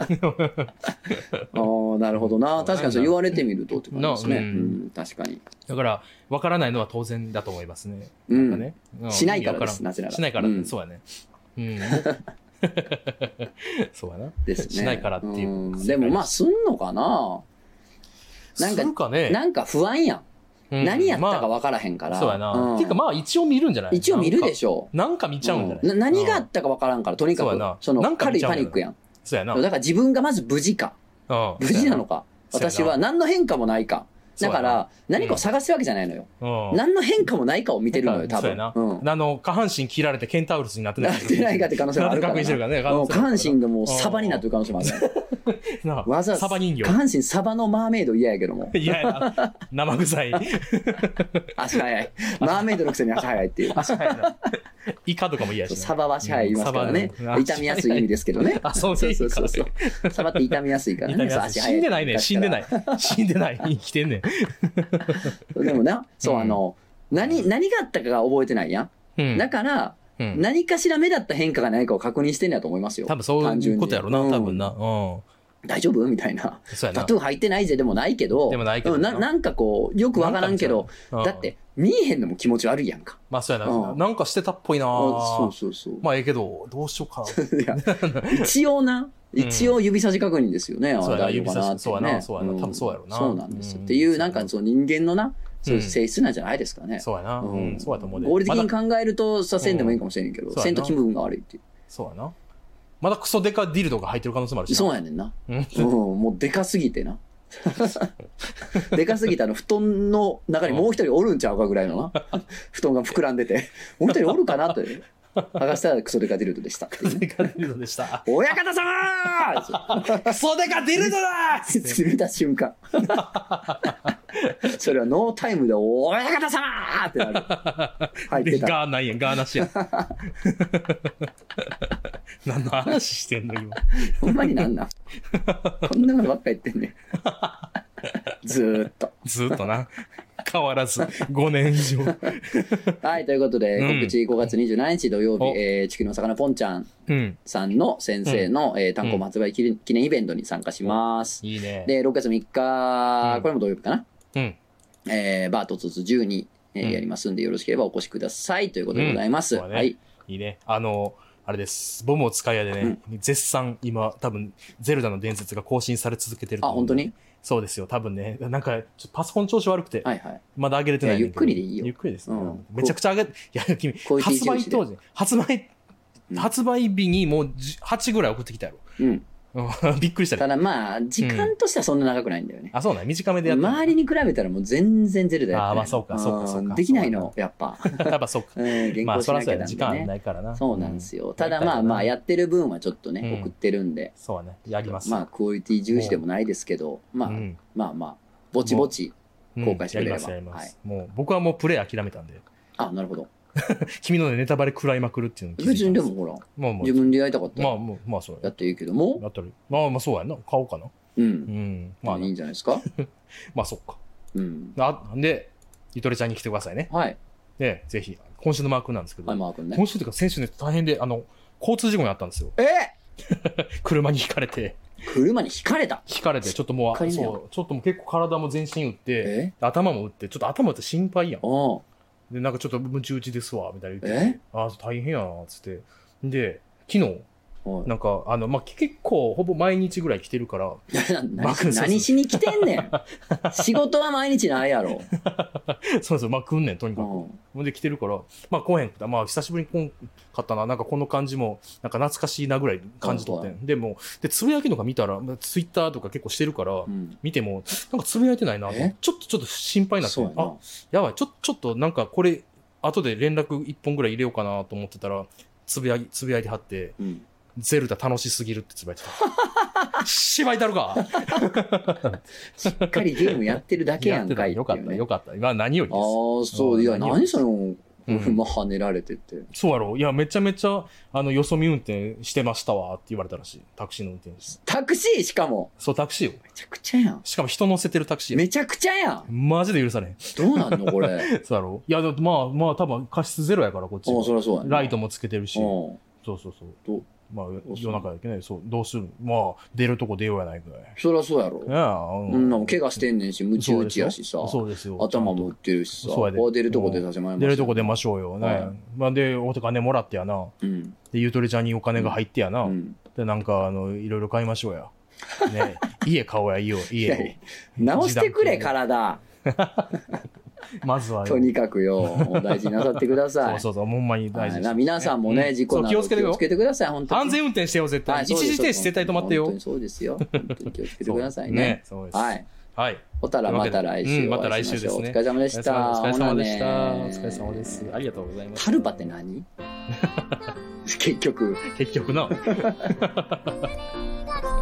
なるほどな。確かにそう言われてみるとって感じですね。確かに。 だから、わからないのは当然だと思いますね。 しないからです、なぜなら。 しないから、そうやね。そうやな。 ですね。 しないからっていう。 でもまあ、すんのかな。なんか不安やん。何やったか分からへんから。 そうやな。ていうかまあ一応見るんじゃない？ 一応見るでしょ。 なんか見ちゃうんじゃない？ 何があったか分からんから、とにかく、その軽いパニックやん。 そうやな。 だから自分がまず無事か。無事なのか。私は何の変化もないか。だから、何かを探すわけじゃないのよ。何の変化もないかを見てるのよ、多分。 下半身切られてケンタウルスになってない。 なってないかって可能性もあるからな。下半身がもうサバになってる可能性もあるね。わざサバ人形。 下半身サバのマーメイド嫌やけども。 嫌やな。生臭い。 足早い。マーメイドのくせに足早いっていう。 足早いな。イカとかも嫌やし。 サバは足早い言いますからね。傷みやすい意味ですけどね。 あ、そうそうそう。 サバって傷みやすいからね。 死んでないね。死んでない。死んでない。生きてんねん。 でもな、そう、何があったかが覚えてないやん。だから、何かしら目立った変化がないかを確認してんやと思いますよ。 多分そういうことやろな、多分な。 大丈夫みたいな。タトゥー入ってないぜでもないけど、なんかこう、よくわからんけど、だって、見えへんのも気持ち悪いやんか。 まあそうやな。なんかしてたっぽいな。 そうそうそう。 まあええけど、どうしようかな。 一応指差し確認ですよね。 そうやな、指差し。そうやな、多分そうやろな。 そうなんですよ。っていう、なんかその人間のな、そういう性質なんじゃないですかね。 そうやな。そうやと思うで。 合理的に考えると、せんでもいいかもしれんけど、せんと気分が悪いっていう。 そうやな。まだクソデカディルドが入ってる可能性もあるし。 そうやねんな。もうデカすぎてな。でかすぎた布団の中にもう一人おるんちゃうかぐらいのな。布団が膨らんでて、もう一人おるかなって。探したらクソデカディルドでした。クソデカディルドでした。 親方様クソデカディルドだって見た瞬間。それはノータイムで親方様ってなる。入ってた。 ガーないやん、ガーなしやん。何の話してんの今。 ほんまになんなんこんなことばっか言ってんねん。ずーっとな。変わらず5年以上。 はい、ということで、告知5月27日土曜日、地球の魚ポンちゃんさんの先生の単行本発売記念イベントに参加します。 いいね。 で、6月3日、これも土曜日かな。バートツツ12やりますんで、よろしければお越しくださいということでございます。はい。 いいね。あれです。ボムを使いやでね、絶賛今、多分、ゼルダの伝説が更新され続けてると思う。 あ、本当に？ そうですよ。多分ね。なんか、パソコン調子悪くて、まだ上げれてない。 ゆっくりでいいよ。 ゆっくりですね。めちゃくちゃ上げ、いや、君、発売当時、発売日にもう8ぐらい送ってきたやろ。びっくりした。 ただまあ、時間としてはそんな長くないんだよね。 あ、そうなん、短めでやってる。 周りに比べたらもう全然ゼルダやってない。 あ、まあそうか。 できないの、やっぱ。 やっぱそうか。 原稿しなきゃなんでね。 時間ないからな。 そうなんですよ。ただまあ、やってる分はちょっとね、送ってるんで。 そうね、やります。 まあ、クオリティ重視でもないですけど、まあ、ぼちぼち公開してくれれば。 やります。もう、僕はもうプレイ諦めたんで。 あ、なるほど。 君のネタバレ食らいまくるっていうの別にでもほら、自分でやりたかったらまあそうやっていいけども、 やったらまあそうやな、買おうかな。 まあいいんじゃないですか。 まあそっか。で、ゆとりちゃんに来てくださいね。 はい。 で、ぜひ、今週のマークなんですけど、 マークね。 今週というか先週ね、大変で、交通事故にあったんですよ。車にひかれて。 車にひかれた？ ひかれて、ちょっともう、ちょっともう結構体も全身打って、頭も打って、ちょっと頭打って心配やん。 で、なんかちょっとムチ打ちですわ、みたいな言って。ああ、大変やな、つって。で、昨日、なんか、まあ、結構、ほぼ毎日ぐらい来てるから。 何しに来てんねん。仕事は毎日ないやろ。 そうそう、まあ、来んねん、とにかく。ほんで来てるから、まあ、来へんかった。まあ、久しぶりに来んかったな。なんかこの感じも、なんか懐かしいなぐらい感じとってん。でも、つぶやきとか見たら、ツイッターとか結構してるから、見ても、なんかつぶやいてないな。ちょっと心配になって、あ、やばい、ちょっとなんかこれ、後で連絡一本ぐらい入れようかなと思ってたら、つぶやいてはって、ゼルダ楽しすぎるってつぶやいてた。芝居だろかしっかりゲームやってるだけやんかいっていう、ね。 よかった、よかった。今何よりです。 ああ、そう。いや、何その、跳ねられてって。 そうやろ。いや、めちゃめちゃ、よそ見運転してましたわって言われたらしい。タクシーの運転手。 タクシーしかも。 そう、タクシーよ。 めちゃくちゃやん。 しかも人乗せてるタクシー。 めちゃくちゃやん。マジで許されへん。 どうなんのこれ。 そうやろ。いや、まあ、多分過失ゼロやから、こっち。 そりゃそうや、ね。 ライトもつけてるし。そう。まあ、夜中やけね、そう、どうする？まあ、出るとこ出ようやないかい。 そりゃそうやろ。も怪我してんねんし、ムチ打ちやしさ。 そうですよ。 頭も打ってるしさ。出るとこ出させまいましょう。 出るとこ出ましょうよ。まあ、で、お金もらってやな。で、ゆとりちゃんにお金が入ってやな。で、なんか、いろいろ買いましょうや。ね、家買おうや、家を。 直してくれ、体。 まずはとにかくよ、お大事になさってください。 そう、ほんまに大事。 皆さんもね、事故など気をつけてください、本当に。 安全運転してよ、絶対。一時停止絶対止まってよ。 本当にそうですよ。本当に気をつけてくださいね。はい。ほたらまた来週。 また来週ですね。 お疲れ様でした。 お疲れ様でした。お疲れ様です。ありがとうございます。 タルバって何結局な。